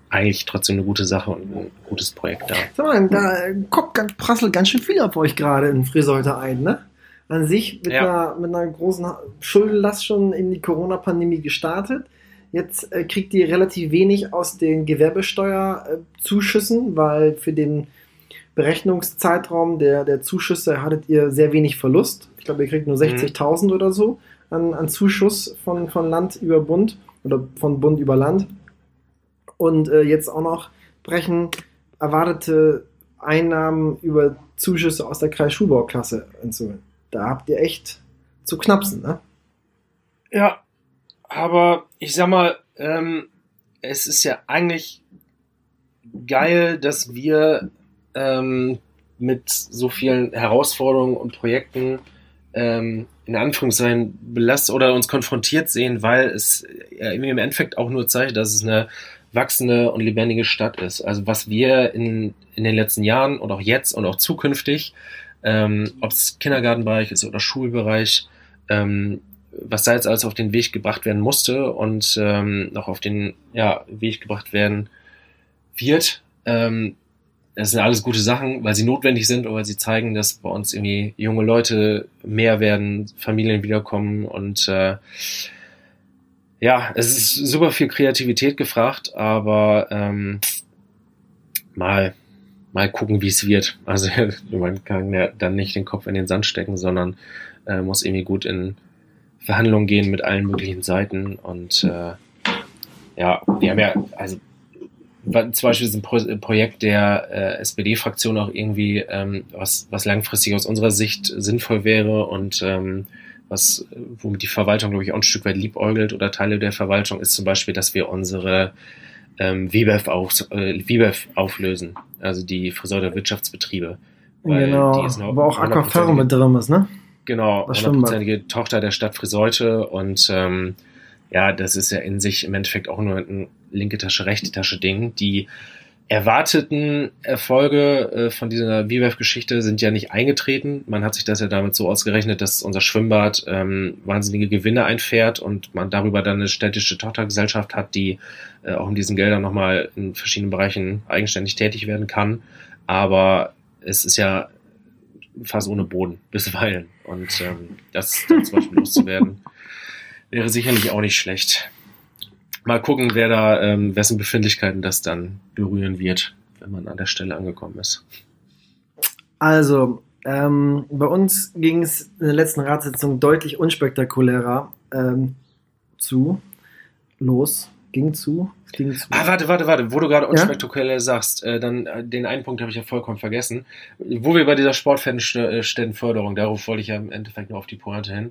eigentlich trotzdem eine gute Sache und ein gutes Projekt da. Sag mal, da prasselt ganz schön viel auf euch gerade in Friseute ein, ne? An sich mit einer großen Schuldenlast schon in die Corona-Pandemie gestartet. Jetzt kriegt ihr relativ wenig aus den Gewerbesteuerzuschüssen, weil für den Berechnungszeitraum der Zuschüsse hattet ihr sehr wenig Verlust. Ich glaube, ihr kriegt nur 60.000 oder so an Zuschuss von Land über Bund oder von Bund über Land. Und jetzt auch noch brechen erwartete Einnahmen über Zuschüsse aus der Kreisschulbauklasse hinzu. Da habt ihr echt zu knapsen, ne? Ja, aber ich sag mal, es ist ja eigentlich geil, dass wir mit so vielen Herausforderungen und Projekten in Anführungszeichen belastet oder uns konfrontiert sehen, weil es im Endeffekt auch nur zeigt, dass es eine wachsende und lebendige Stadt ist. Also was wir in den letzten Jahren und auch jetzt und auch zukünftig, ob es Kindergartenbereich ist oder Schulbereich, was da jetzt alles auf den Weg gebracht werden musste und noch auf den Weg gebracht werden wird, das sind alles gute Sachen, weil sie notwendig sind und weil sie zeigen, dass bei uns irgendwie junge Leute mehr werden, Familien wiederkommen und es ist super viel Kreativität gefragt, aber mal gucken, wie es wird. Also man kann ja dann nicht den Kopf in den Sand stecken, sondern muss irgendwie gut in Verhandlungen gehen mit allen möglichen Seiten und wir haben ja, also zum Beispiel ist ein Projekt der SPD-Fraktion auch irgendwie, was langfristig aus unserer Sicht sinnvoll wäre und womit die Verwaltung, glaube ich, auch ein Stück weit liebäugelt oder Teile der Verwaltung, ist zum Beispiel, dass wir unsere WBEF auflösen, also die Friseuter Wirtschaftsbetriebe. Genau, wo auch Aquaferro mit drin ist, ne? Genau, 100%ige Tochter der Stadt Friseute und das ist ja in sich im Endeffekt auch nur ein linke Tasche, rechte Tasche Ding. Die erwarteten Erfolge von dieser WBEF-Geschichte sind ja nicht eingetreten. Man hat sich das ja damit so ausgerechnet, dass unser Schwimmbad wahnsinnige Gewinne einfährt und man darüber dann eine städtische Tochtergesellschaft hat, die auch in diesen Geldern nochmal in verschiedenen Bereichen eigenständig tätig werden kann. Aber es ist ja fast ohne Boden bisweilen. Und das dann zum Beispiel loszuwerden, wäre sicherlich auch nicht schlecht. Mal gucken, wessen Befindlichkeiten das dann berühren wird, wenn man an der Stelle angekommen ist. Also, bei uns ging es in der letzten Ratssitzung deutlich unspektakulärer Ging zu. Warte, wo du gerade unspektakulär sagst, dann den einen Punkt habe ich ja vollkommen vergessen. Wo wir bei dieser Sportstättenförderung, darauf wollte ich ja im Endeffekt nur auf die Pointe hin,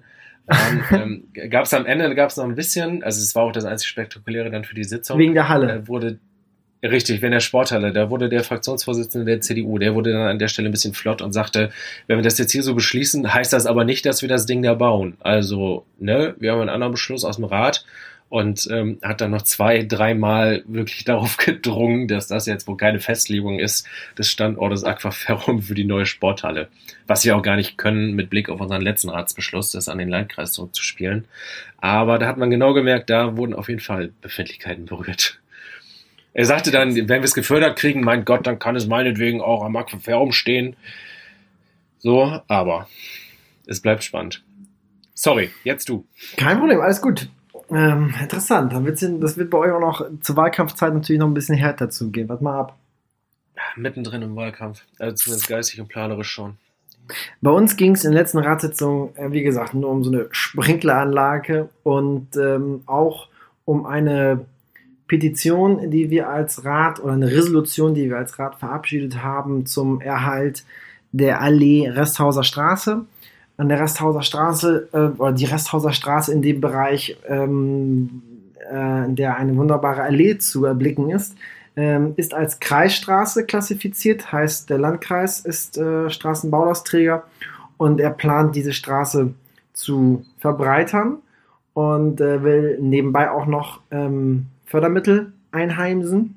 gab es am Ende noch ein bisschen, also es war auch das einzig Spektakuläre dann für die Sitzung. Wegen der Halle. Richtig, wegen der Sporthalle. Da wurde der Fraktionsvorsitzende der CDU, der wurde dann an der Stelle ein bisschen flott und sagte, wenn wir das jetzt hier so beschließen, heißt das aber nicht, dass wir das Ding da bauen. Also, wir haben einen anderen Beschluss aus dem Rat und hat dann noch 2-3 Mal wirklich darauf gedrungen, dass das jetzt wohl keine Festlegung ist des Standortes Aquaferrum für die neue Sporthalle. Was wir auch gar nicht können mit Blick auf unseren letzten Ratsbeschluss, das an den Landkreis zurückzuspielen. Aber da hat man genau gemerkt, da wurden auf jeden Fall Befindlichkeiten berührt. Er sagte dann, wenn wir es gefördert kriegen, mein Gott, dann kann es meinetwegen auch am Aquaferrum stehen. So, aber es bleibt spannend. Sorry, jetzt du. Kein Problem, alles gut. Interessant. Das wird bei euch auch noch zur Wahlkampfzeit natürlich noch ein bisschen härter zugehen. Warte mal ab. Mittendrin im Wahlkampf. Also zumindest geistig und planerisch schon. Bei uns ging es in der letzten Ratssitzung, wie gesagt, nur um so eine Sprinkleranlage und auch um eine Petition, die wir als Rat oder eine Resolution, die wir als Rat verabschiedet haben zum Erhalt der Allee Resthauser Straße. An der Resthauser Straße oder die Resthauser Straße in dem Bereich, in der eine wunderbare Allee zu erblicken ist als Kreisstraße klassifiziert, heißt der Landkreis ist Straßenbaulasträger und er plant diese Straße zu verbreitern und will nebenbei auch noch Fördermittel einheimsen.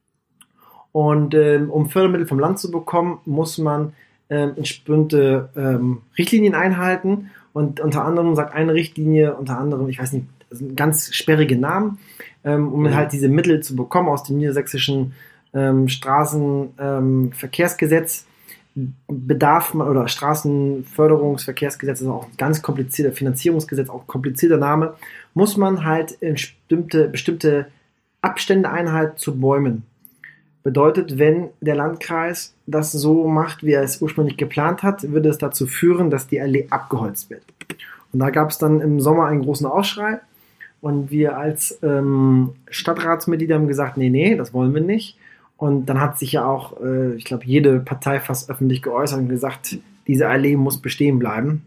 Und um Fördermittel vom Land zu bekommen, muss man bestimmte Richtlinien einhalten. Und unter anderem sagt eine Richtlinie, ich weiß nicht, das sind ganz sperrige Namen, um halt diese Mittel zu bekommen aus dem niedersächsischen Straßenverkehrsgesetz. Bedarf man, oder Straßenförderungsverkehrsgesetz ist auch ein ganz komplizierter Finanzierungsgesetz, auch ein komplizierter Name, muss man halt in bestimmte Abstände einhalten zu Bäumen. Bedeutet, wenn der Landkreis das so macht, wie er es ursprünglich geplant hat, würde es dazu führen, dass die Allee abgeholzt wird. Und da gab es dann im Sommer einen großen Aufschrei und wir als Stadtratsmitglieder haben gesagt, nee, das wollen wir nicht. Und dann hat sich ja auch, ich glaube, jede Partei fast öffentlich geäußert und gesagt, diese Allee muss bestehen bleiben.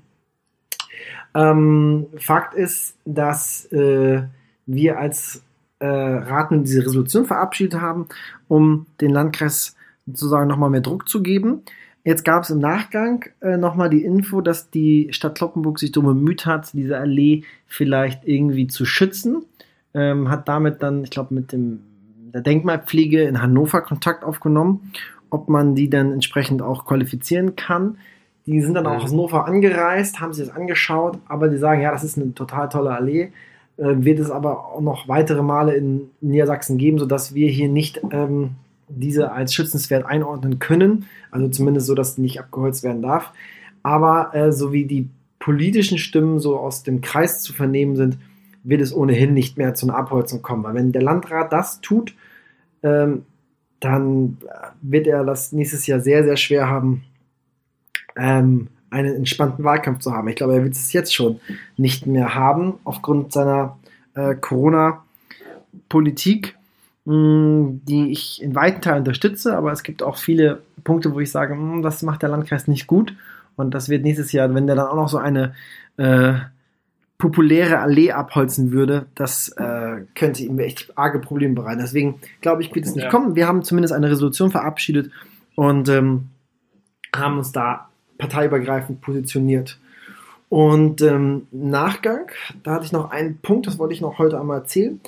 Fakt ist, dass wir als Rat diese Resolution verabschiedet haben, um den Landkreis sozusagen nochmal mehr Druck zu geben. Jetzt gab es im Nachgang nochmal die Info, dass die Stadt Cloppenburg sich darum bemüht hat, diese Allee vielleicht irgendwie zu schützen. Hat damit dann, ich glaube, mit der Denkmalpflege in Hannover Kontakt aufgenommen, ob man die dann entsprechend auch qualifizieren kann. Die sind dann auch aus Hannover angereist, haben sich das angeschaut, aber die sagen, ja, das ist eine total tolle Allee, wird es aber auch noch weitere Male in Niedersachsen geben, sodass wir hier nicht diese als schützenswert einordnen können, also zumindest so, dass die nicht abgeholzt werden darf. Aber so wie die politischen Stimmen so aus dem Kreis zu vernehmen sind, wird es ohnehin nicht mehr zu einer Abholzung kommen. Weil wenn der Landrat das tut, dann wird er das nächstes Jahr sehr, sehr schwer haben, einen entspannten Wahlkampf zu haben. Ich glaube, er wird es jetzt schon nicht mehr haben, aufgrund seiner Corona-Politik, die ich in weiten Teilen unterstütze, aber es gibt auch viele Punkte, wo ich sage, das macht der Landkreis nicht gut und das wird nächstes Jahr, wenn der dann auch noch so eine populäre Allee abholzen würde, das könnte ihm echt arge Probleme bereiten. Deswegen glaube ich, wird es nicht kommen. Wir haben zumindest eine Resolution verabschiedet und haben uns da parteiübergreifend positioniert. Und im Nachgang, da hatte ich noch einen Punkt, das wollte ich noch heute einmal erzählen.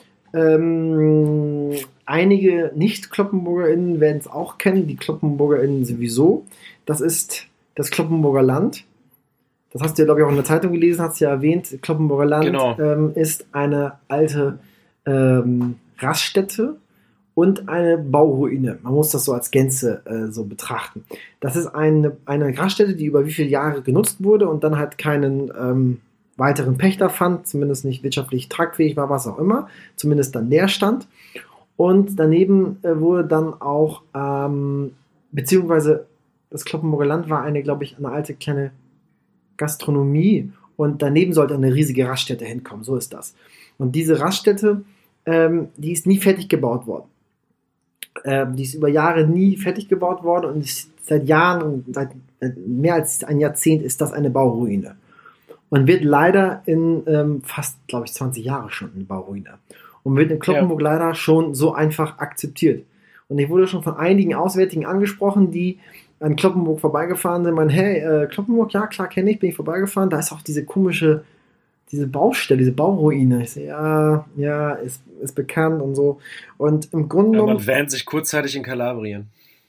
Einige Nicht-KloppenburgerInnen werden es auch kennen, die KloppenburgerInnen sowieso. Das ist das Cloppenburger Land. Das hast du ja, glaube ich, auch in der Zeitung gelesen, hast du ja erwähnt. Cloppenburger Land ist eine alte Raststätte und eine Bauruine. Man muss das so als Gänze so betrachten. Das ist eine Raststätte, die über wie viele Jahre genutzt wurde und dann halt keinen weiteren Pächter fand, zumindest nicht wirtschaftlich tragfähig war, was auch immer, zumindest dann leer stand. Und daneben wurde dann auch, beziehungsweise das Cloppenburger Land war glaube ich, eine alte kleine Gastronomie und daneben sollte eine riesige Raststätte hinkommen, so ist das. Und diese Raststätte, die ist nie fertig gebaut worden. Die ist über Jahre nie fertig gebaut worden und ist seit Jahren, seit mehr als ein Jahrzehnt ist das eine Bauruine. Und wird leider in fast, glaube ich, 20 Jahre schon eine Bauruine. Und wird in Cloppenburg leider schon so einfach akzeptiert. Und ich wurde schon von einigen Auswärtigen angesprochen, die an Cloppenburg vorbeigefahren sind, meinen, hey, Cloppenburg, ja klar, kenne ich, bin ich vorbeigefahren, da ist auch diese Baustelle, diese Bauruine. Ich so, ja, ist bekannt und so. Und im Grunde genommen... man wähnt sich kurzzeitig in Kalabrien.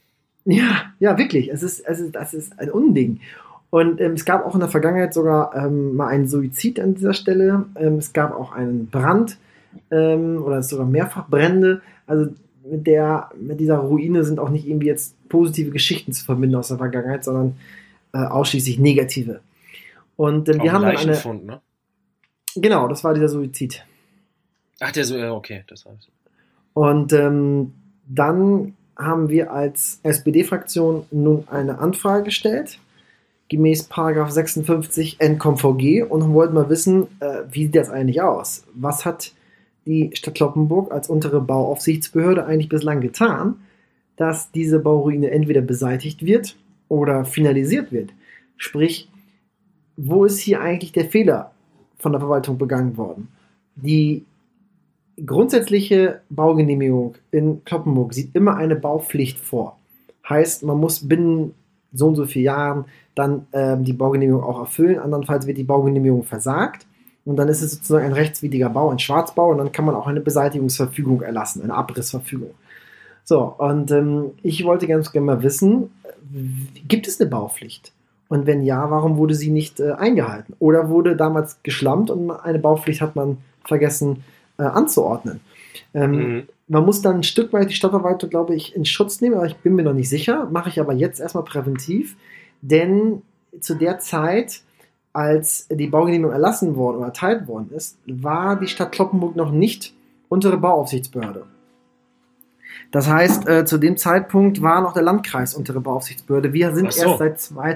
Ja, wirklich, das ist ein Unding. Und es gab auch in der Vergangenheit sogar mal einen Suizid an dieser Stelle. Es gab auch einen Brand oder sogar mehrfach Brände. Also mit dieser Ruine sind auch nicht irgendwie jetzt positive Geschichten zu verbinden aus der Vergangenheit, sondern ausschließlich negative. Und wir haben dann Leichenfund, ne? Genau, das war dieser Suizid. Ach, okay, das heißt. Und dann haben wir als SPD-Fraktion nun eine Anfrage gestellt, gemäß § 56 NKVG, und wollten mal wissen, wie sieht das eigentlich aus? Was hat die Stadt Cloppenburg als untere Bauaufsichtsbehörde eigentlich bislang getan, dass diese Bauruine entweder beseitigt wird oder finalisiert wird? Sprich, wo ist hier eigentlich der Fehler von der Verwaltung begangen worden? Die grundsätzliche Baugenehmigung in Cloppenburg sieht immer eine Baupflicht vor. Heißt, man muss binnen so und so vielen Jahren dann die Baugenehmigung auch erfüllen, andernfalls wird die Baugenehmigung versagt und dann ist es sozusagen ein rechtswidriger Bau, ein Schwarzbau, und dann kann man auch eine Beseitigungsverfügung erlassen, eine Abrissverfügung. So, und ich wollte ganz gerne mal wissen, gibt es eine Baupflicht? Und wenn ja, warum wurde sie nicht eingehalten? Oder wurde damals geschlampt und eine Baupflicht hat man vergessen anzuordnen? Man muss dann ein Stück weit die Stadtverwaltung, glaube ich, in Schutz nehmen, aber ich bin mir noch nicht sicher. Mache ich aber jetzt erstmal präventiv, denn zu der Zeit, als die Baugenehmigung erlassen worden oder erteilt worden ist, war die Stadt Cloppenburg noch nicht untere Bauaufsichtsbehörde. Das heißt, zu dem Zeitpunkt war noch der Landkreis untere Bauaufsichtsbehörde. Wir sind erst seit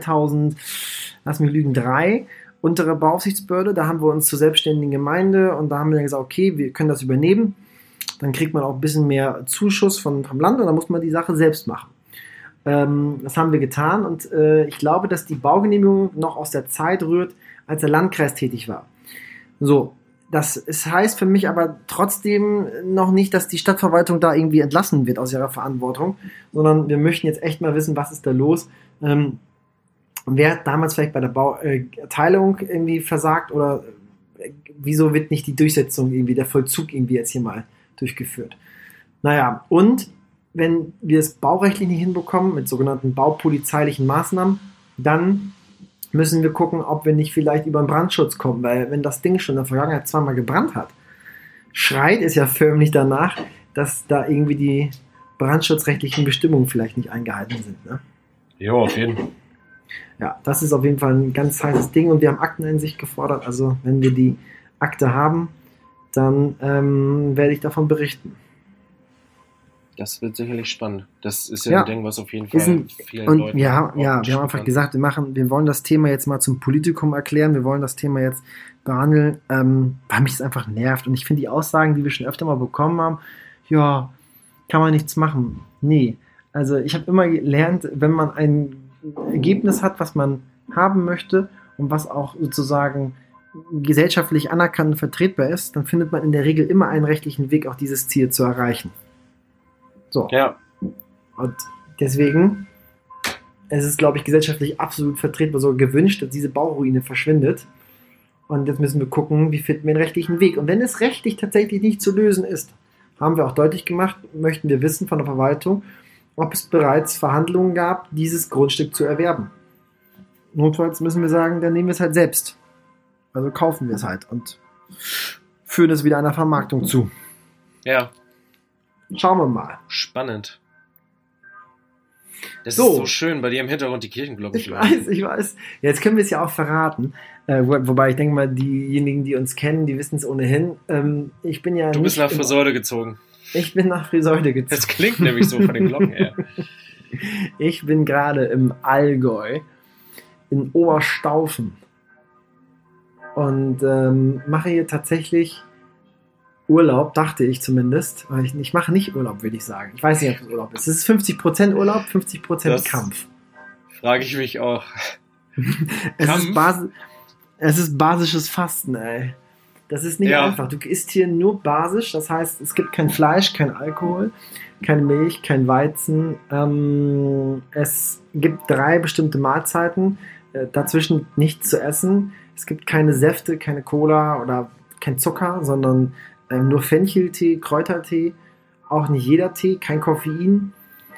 2003 untere Bauaufsichtsbehörde. Da haben wir uns zur selbstständigen Gemeinde und da haben wir dann gesagt, okay, wir können das übernehmen. Dann kriegt man auch ein bisschen mehr Zuschuss vom Land und dann muss man die Sache selbst machen. Das haben wir getan und ich glaube, dass die Baugenehmigung noch aus der Zeit rührt, als der Landkreis tätig war. So, das heißt für mich aber trotzdem noch nicht, dass die Stadtverwaltung da irgendwie entlassen wird aus ihrer Verantwortung, sondern wir möchten jetzt echt mal wissen, was ist da los. Wer hat damals vielleicht bei der Bauerteilung irgendwie versagt oder wieso wird nicht die Durchsetzung irgendwie, der Vollzug irgendwie jetzt hier mal durchgeführt? Naja, und wenn wir es baurechtlich nicht hinbekommen, mit sogenannten baupolizeilichen Maßnahmen, dann müssen wir gucken, ob wir nicht vielleicht über den Brandschutz kommen, weil wenn das Ding schon in der Vergangenheit zweimal gebrannt hat, schreit es ja förmlich danach, dass da irgendwie die brandschutzrechtlichen Bestimmungen vielleicht nicht eingehalten sind. Ne? Jo, auf jeden Fall. Ja, das ist auf jeden Fall ein ganz heißes Ding und wir haben Akteneinsicht gefordert, also wenn wir die Akte haben, dann werde ich davon berichten. Das wird sicherlich spannend. Das ist ja ein Ding, was auf jeden Fall vielen und Leuten... wir haben einfach gesagt, wir wollen das Thema jetzt mal zum Politikum erklären, wir wollen das Thema jetzt behandeln, weil mich das einfach nervt. Und ich finde die Aussagen, die wir schon öfter mal bekommen haben, ja, kann man nichts machen. Nee, also ich habe immer gelernt, wenn man ein Ergebnis hat, was man haben möchte und was auch sozusagen gesellschaftlich anerkannt und vertretbar ist, dann findet man in der Regel immer einen rechtlichen Weg, auch dieses Ziel zu erreichen. So. Ja. Und deswegen, es ist, glaube ich, gesellschaftlich absolut vertretbar, so gewünscht, dass diese Bauruine verschwindet. Und jetzt müssen wir gucken, wie finden wir einen rechtlichen Weg. Und wenn es rechtlich tatsächlich nicht zu lösen ist, haben wir auch deutlich gemacht, möchten wir wissen von der Verwaltung, ob es bereits Verhandlungen gab, dieses Grundstück zu erwerben. Notfalls müssen wir sagen, dann nehmen wir es halt selbst. Also kaufen wir es halt und führen es wieder einer Vermarktung zu. Ja. Schauen wir mal. Spannend. Das ist so schön, bei dir im Hintergrund die Kirchenglocken schlagen. Ich weiß. Jetzt können wir es ja auch verraten. Wobei ich denke mal, diejenigen, die uns kennen, die wissen es ohnehin. Ich bin ja. Du bist nach Friseute gezogen. Ich bin nach Friseute gezogen. Das klingt nämlich so von den Glocken her. Ich bin gerade im Allgäu, in Oberstaufen. Und mache hier tatsächlich Urlaub, dachte ich zumindest. Ich mache nicht Urlaub, würde ich sagen. Ich weiß nicht, ob es Urlaub ist. Es ist 50% Urlaub, 50% Kampf. Frage ich mich auch. Es ist basisches Fasten, ey. Das ist nicht einfach. Du isst hier nur basisch, das heißt, es gibt kein Fleisch, kein Alkohol, keine Milch, kein Weizen. Es gibt 3 bestimmte Mahlzeiten, dazwischen nichts zu essen. Es gibt keine Säfte, keine Cola oder kein Zucker, sondern nur Fencheltee, Kräutertee, auch nicht jeder Tee, kein Koffein.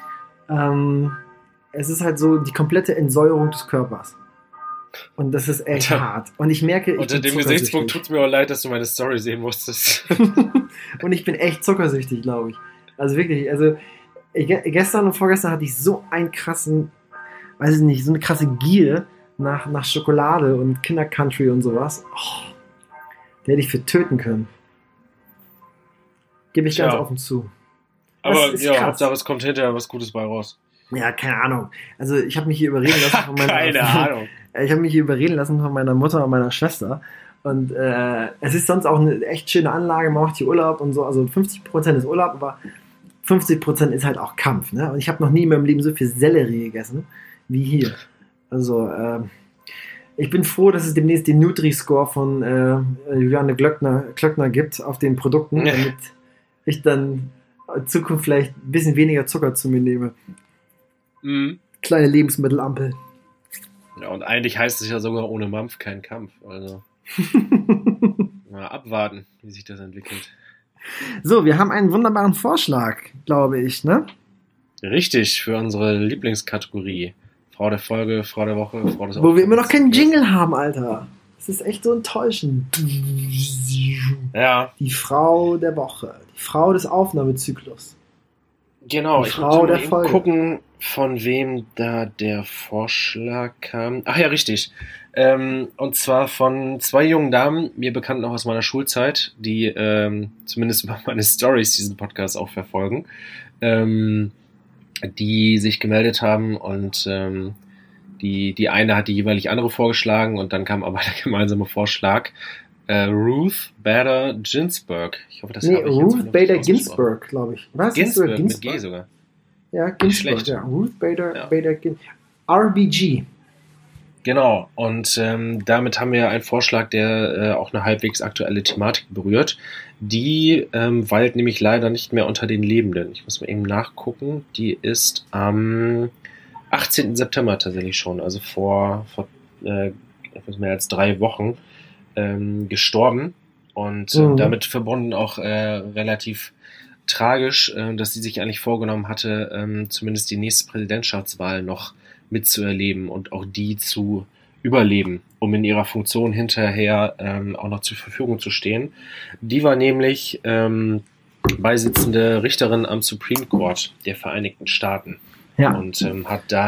Es ist halt so die komplette Entsäuerung des Körpers. Und das ist echt hart. Und ich merke, unter dem Gesichtspunkt tut es mir auch leid, dass du meine Story sehen musstest. Und ich bin echt zuckersüchtig, glaube ich. Also wirklich, gestern und vorgestern hatte ich so einen krassen, weiß ich nicht, so eine krasse Gier nach Schokolade und Kindercountry und sowas. Oh, der hätte ich für töten können. Gebe ich ganz offen zu. Aber ja, Hauptsache es kommt hinterher was Gutes bei raus. Ja, keine Ahnung. Also ich habe mich hier überreden lassen von meiner keine Ahnung. Ich habe mich hier überreden lassen von meiner Mutter und meiner Schwester. Und es ist sonst auch eine echt schöne Anlage, man macht hier Urlaub und so. Also 50% ist Urlaub, aber 50% ist halt auch Kampf. Ne? Und ich habe noch nie in meinem Leben so viel Sellerie gegessen wie hier. Also ich bin froh, dass es demnächst den Nutri-Score von Juliane Klöckner gibt auf den Produkten, damit ich dann in Zukunft vielleicht ein bisschen weniger Zucker zu mir nehme. Mhm. Kleine Lebensmittelampel. Ja, und eigentlich heißt es ja sogar ohne Mampf kein Kampf. Also mal abwarten, wie sich das entwickelt. So, wir haben einen wunderbaren Vorschlag, glaube ich, ne? Richtig, für unsere Lieblingskategorie. Frau der Folge, Frau der Woche, Frau des Wo wir immer noch keinen Jingle haben, Alter. Das Es ist echt so enttäuschend. Ja. Die Frau der Woche. Die Frau des Aufnahmezyklus. Genau, Die ich Frau muss der mal eben Folge. gucken, von wem da der Vorschlag kam. Ach ja, richtig. Und zwar von zwei jungen Damen, mir bekannt noch aus meiner Schulzeit, die zumindest über meine Stories diesen Podcast auch verfolgen, die sich gemeldet haben und die eine hat die jeweilig andere vorgeschlagen und dann kam aber der gemeinsame Vorschlag. Ruth Bader Ginsburg. Ich hoffe, das Nee, habe ich jetzt Ruth Bader vernünftig ausgesprochen. Ginsburg, glaube ich. Was? Ginsburg, Ginsburg? mit G sogar. Ja, Ginsburg, schlecht. ja. Ruth Bader, Ja. Bader Ginsburg. RBG. Genau, und damit haben wir einen Vorschlag, der auch eine halbwegs aktuelle Thematik berührt. Die weilt nämlich leider nicht mehr unter den Lebenden. Ich muss mal eben nachgucken. Die ist am 18. September tatsächlich schon, also vor etwas mehr als 3 Wochen gestorben. Und damit verbunden auch relativ tragisch, dass sie sich eigentlich vorgenommen hatte, zumindest die nächste Präsidentschaftswahl noch mitzuerleben und auch die zu überleben, um in ihrer Funktion hinterher auch noch zur Verfügung zu stehen. Die war nämlich Beisitzende Richterin am Supreme Court der Vereinigten Staaten und hat da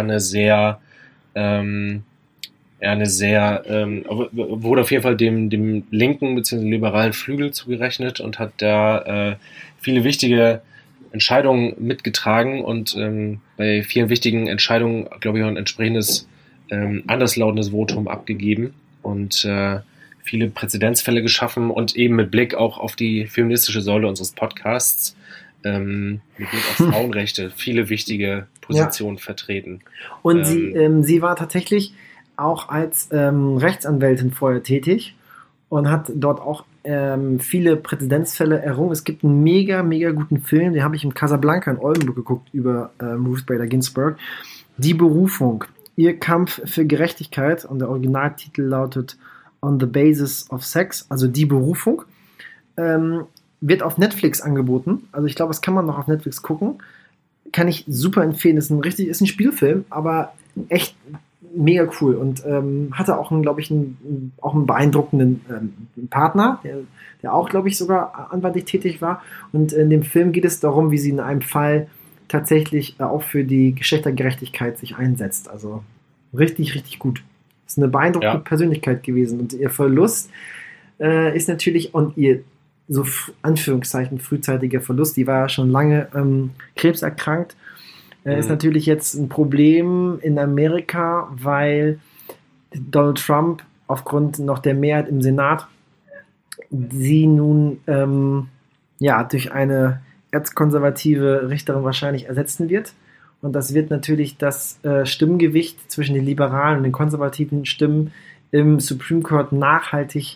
wurde auf jeden Fall dem linken bzw. liberalen Flügel zugerechnet und hat da viele wichtige Entscheidungen mitgetragen und bei vielen wichtigen Entscheidungen, glaube ich, auch ein entsprechendes anderslautendes Votum abgegeben und viele Präzedenzfälle geschaffen und eben mit Blick auch auf die feministische Säule unseres Podcasts, mit Blick auf Frauenrechte, viele wichtige Positionen vertreten. Und sie war tatsächlich auch als Rechtsanwältin vorher tätig und hat dort auch viele Präzedenzfälle errungen. Es gibt einen mega, mega guten Film, den habe ich im Casablanca in Oldenburg geguckt, über Ruth Bader Ginsburg. Die Berufung, ihr Kampf für Gerechtigkeit, und der Originaltitel lautet On the Basis of Sex, also Die Berufung, wird auf Netflix angeboten. Also ich glaube, das kann man noch auf Netflix gucken. Kann ich super empfehlen. Ist ein Spielfilm, aber echt mega cool und hatte auch, glaube ich, einen beeindruckenden Partner, der auch, glaube ich, sogar anwaltlich tätig war. Und in dem Film geht es darum, wie sie in einem Fall tatsächlich auch für die Geschlechtergerechtigkeit sich einsetzt. Also richtig, richtig gut. Ist eine beeindruckende Persönlichkeit gewesen. Und ihr Verlust ist natürlich, und ihr so Anführungszeichen frühzeitiger Verlust, die war ja schon lange krebserkrankt, ist natürlich jetzt ein Problem in Amerika, weil Donald Trump aufgrund noch der Mehrheit im Senat sie nun durch eine erzkonservative Richterin wahrscheinlich ersetzen wird. Und das wird natürlich das Stimmgewicht zwischen den liberalen und den konservativen Stimmen im Supreme Court nachhaltig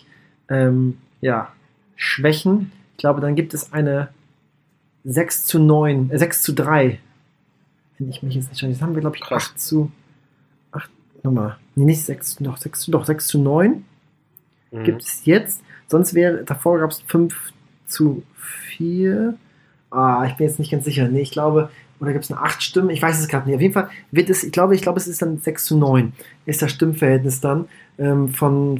schwächen. Ich glaube, dann gibt es eine 6:3. Wenn ich mich jetzt nicht schon. Jetzt haben wir, glaube ich, 6:9 gibt es jetzt. Sonst davor gab es 5:4. Ich bin jetzt nicht ganz sicher. Nee, ich glaube, oder gibt es eine 8 Stimmen? Ich weiß es gerade nicht. Auf jeden Fall wird es, ich glaube, es ist dann 6:9. Ist das Stimmverhältnis dann von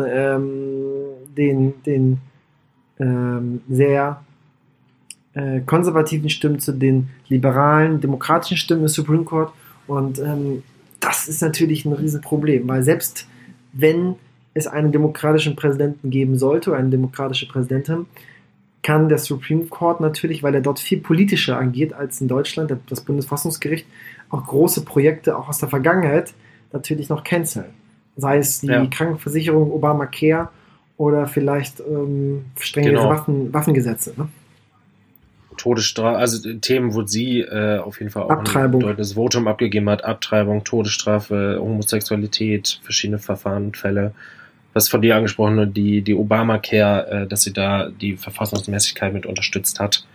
den sehr konservativen Stimmen zu den liberalen, demokratischen Stimmen im Supreme Court. Und das ist natürlich ein Riesenproblem, weil selbst wenn es einen demokratischen Präsidenten geben sollte, oder eine demokratische Präsidentin, kann der Supreme Court natürlich, weil er dort viel politischer agiert als in Deutschland, das Bundesverfassungsgericht, auch große Projekte, auch aus der Vergangenheit, natürlich noch canceln. Sei es die Krankenversicherung, Obamacare oder vielleicht strengere Waffengesetze. Ne? Todesstrafe, also Themen, wo sie auf jeden Fall auch ein deutliches Votum abgegeben hat. Abtreibung, Todesstrafe, Homosexualität, verschiedene Verfahren und Fälle. Was von dir angesprochen, die Obamacare, dass sie da die Verfassungsmäßigkeit mit unterstützt hat.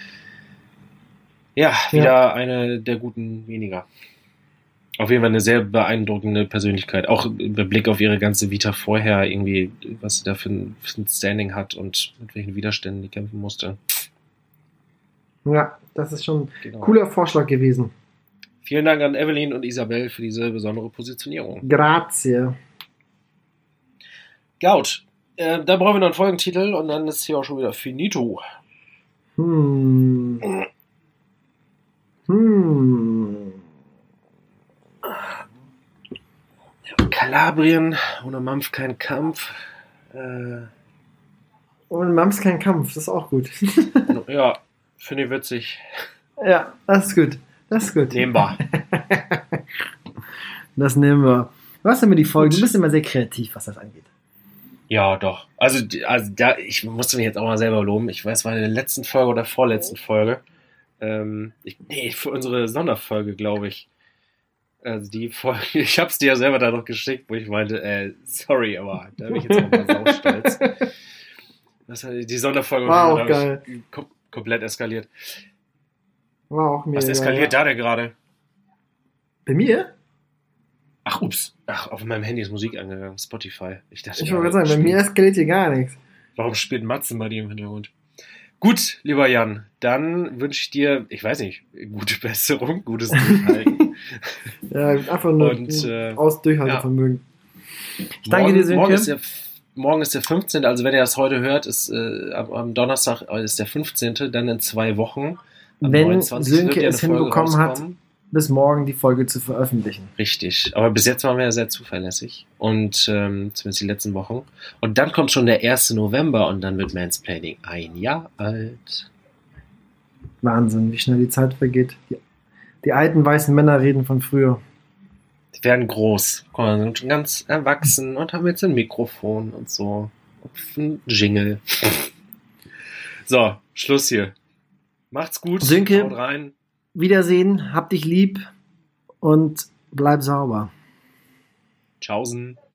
Ja, wieder eine der guten weniger. Auf jeden Fall eine sehr beeindruckende Persönlichkeit. Auch mit Blick auf ihre ganze Vita vorher, irgendwie, was sie da für ein Standing hat und mit welchen Widerständen die kämpfen musste. Ja, das ist schon ein cooler Vorschlag gewesen. Vielen Dank an Evelyn und Isabel für diese besondere Positionierung. Grazie. Gaut. Da brauchen wir noch einen Folgentitel und dann ist hier auch schon wieder finito. Kalabrien, ohne Mampf kein Kampf. Ohne Mampf kein Kampf, das ist auch gut. Ja, finde ich witzig. Ja, das ist gut. Das ist gut. Nehmen wir. Das nehmen wir. Was haben wir die Folge? Du bist immer sehr kreativ, was das angeht. Ja, doch. Also ich musste mich jetzt auch mal selber loben. Ich weiß, war in der letzten Folge oder vorletzten Folge. Für unsere Sonderfolge, glaube ich. Also die Folge, ich hab's dir ja selber da noch geschickt, wo ich meinte, sorry, aber da bin ich jetzt auch mal saustolz. Die Sonderfolge war auch geil. Komplett eskaliert. War auch mega. Was eskaliert da denn gerade? Bei mir? Ach, ups. Ach, auf meinem Handy ist Musik angegangen. Spotify. Ich wollte gerade sagen, bei mir eskaliert hier gar nichts. Warum spielt Matzen bei dir im Hintergrund? Gut, lieber Jan, dann wünsche ich dir, ich weiß nicht, gute Besserung, gutes Durchhalten. Ja, einfach nur aus Durchhaltevermögen. Ja. Ich danke dir, Sönke. Morgen ist der 15., also wenn ihr das heute hört, ist am Donnerstag ist der 15., dann in 2 Wochen. Wenn Sönke es hinbekommen hat, bis morgen die Folge zu veröffentlichen. Richtig, aber bis jetzt waren wir ja sehr zuverlässig und zumindest die letzten Wochen. Und dann kommt schon der 1. November und dann wird Mansplaining 1 Jahr alt. Wahnsinn, wie schnell die Zeit vergeht. Die alten weißen Männer reden von früher. Die werden groß, sind schon ganz erwachsen und haben jetzt ein Mikrofon und so. Und ein Jingle. So, Schluss hier. Macht's gut, Sönke, haut rein. Wiedersehen, hab dich lieb und bleib sauber. Tschaußen.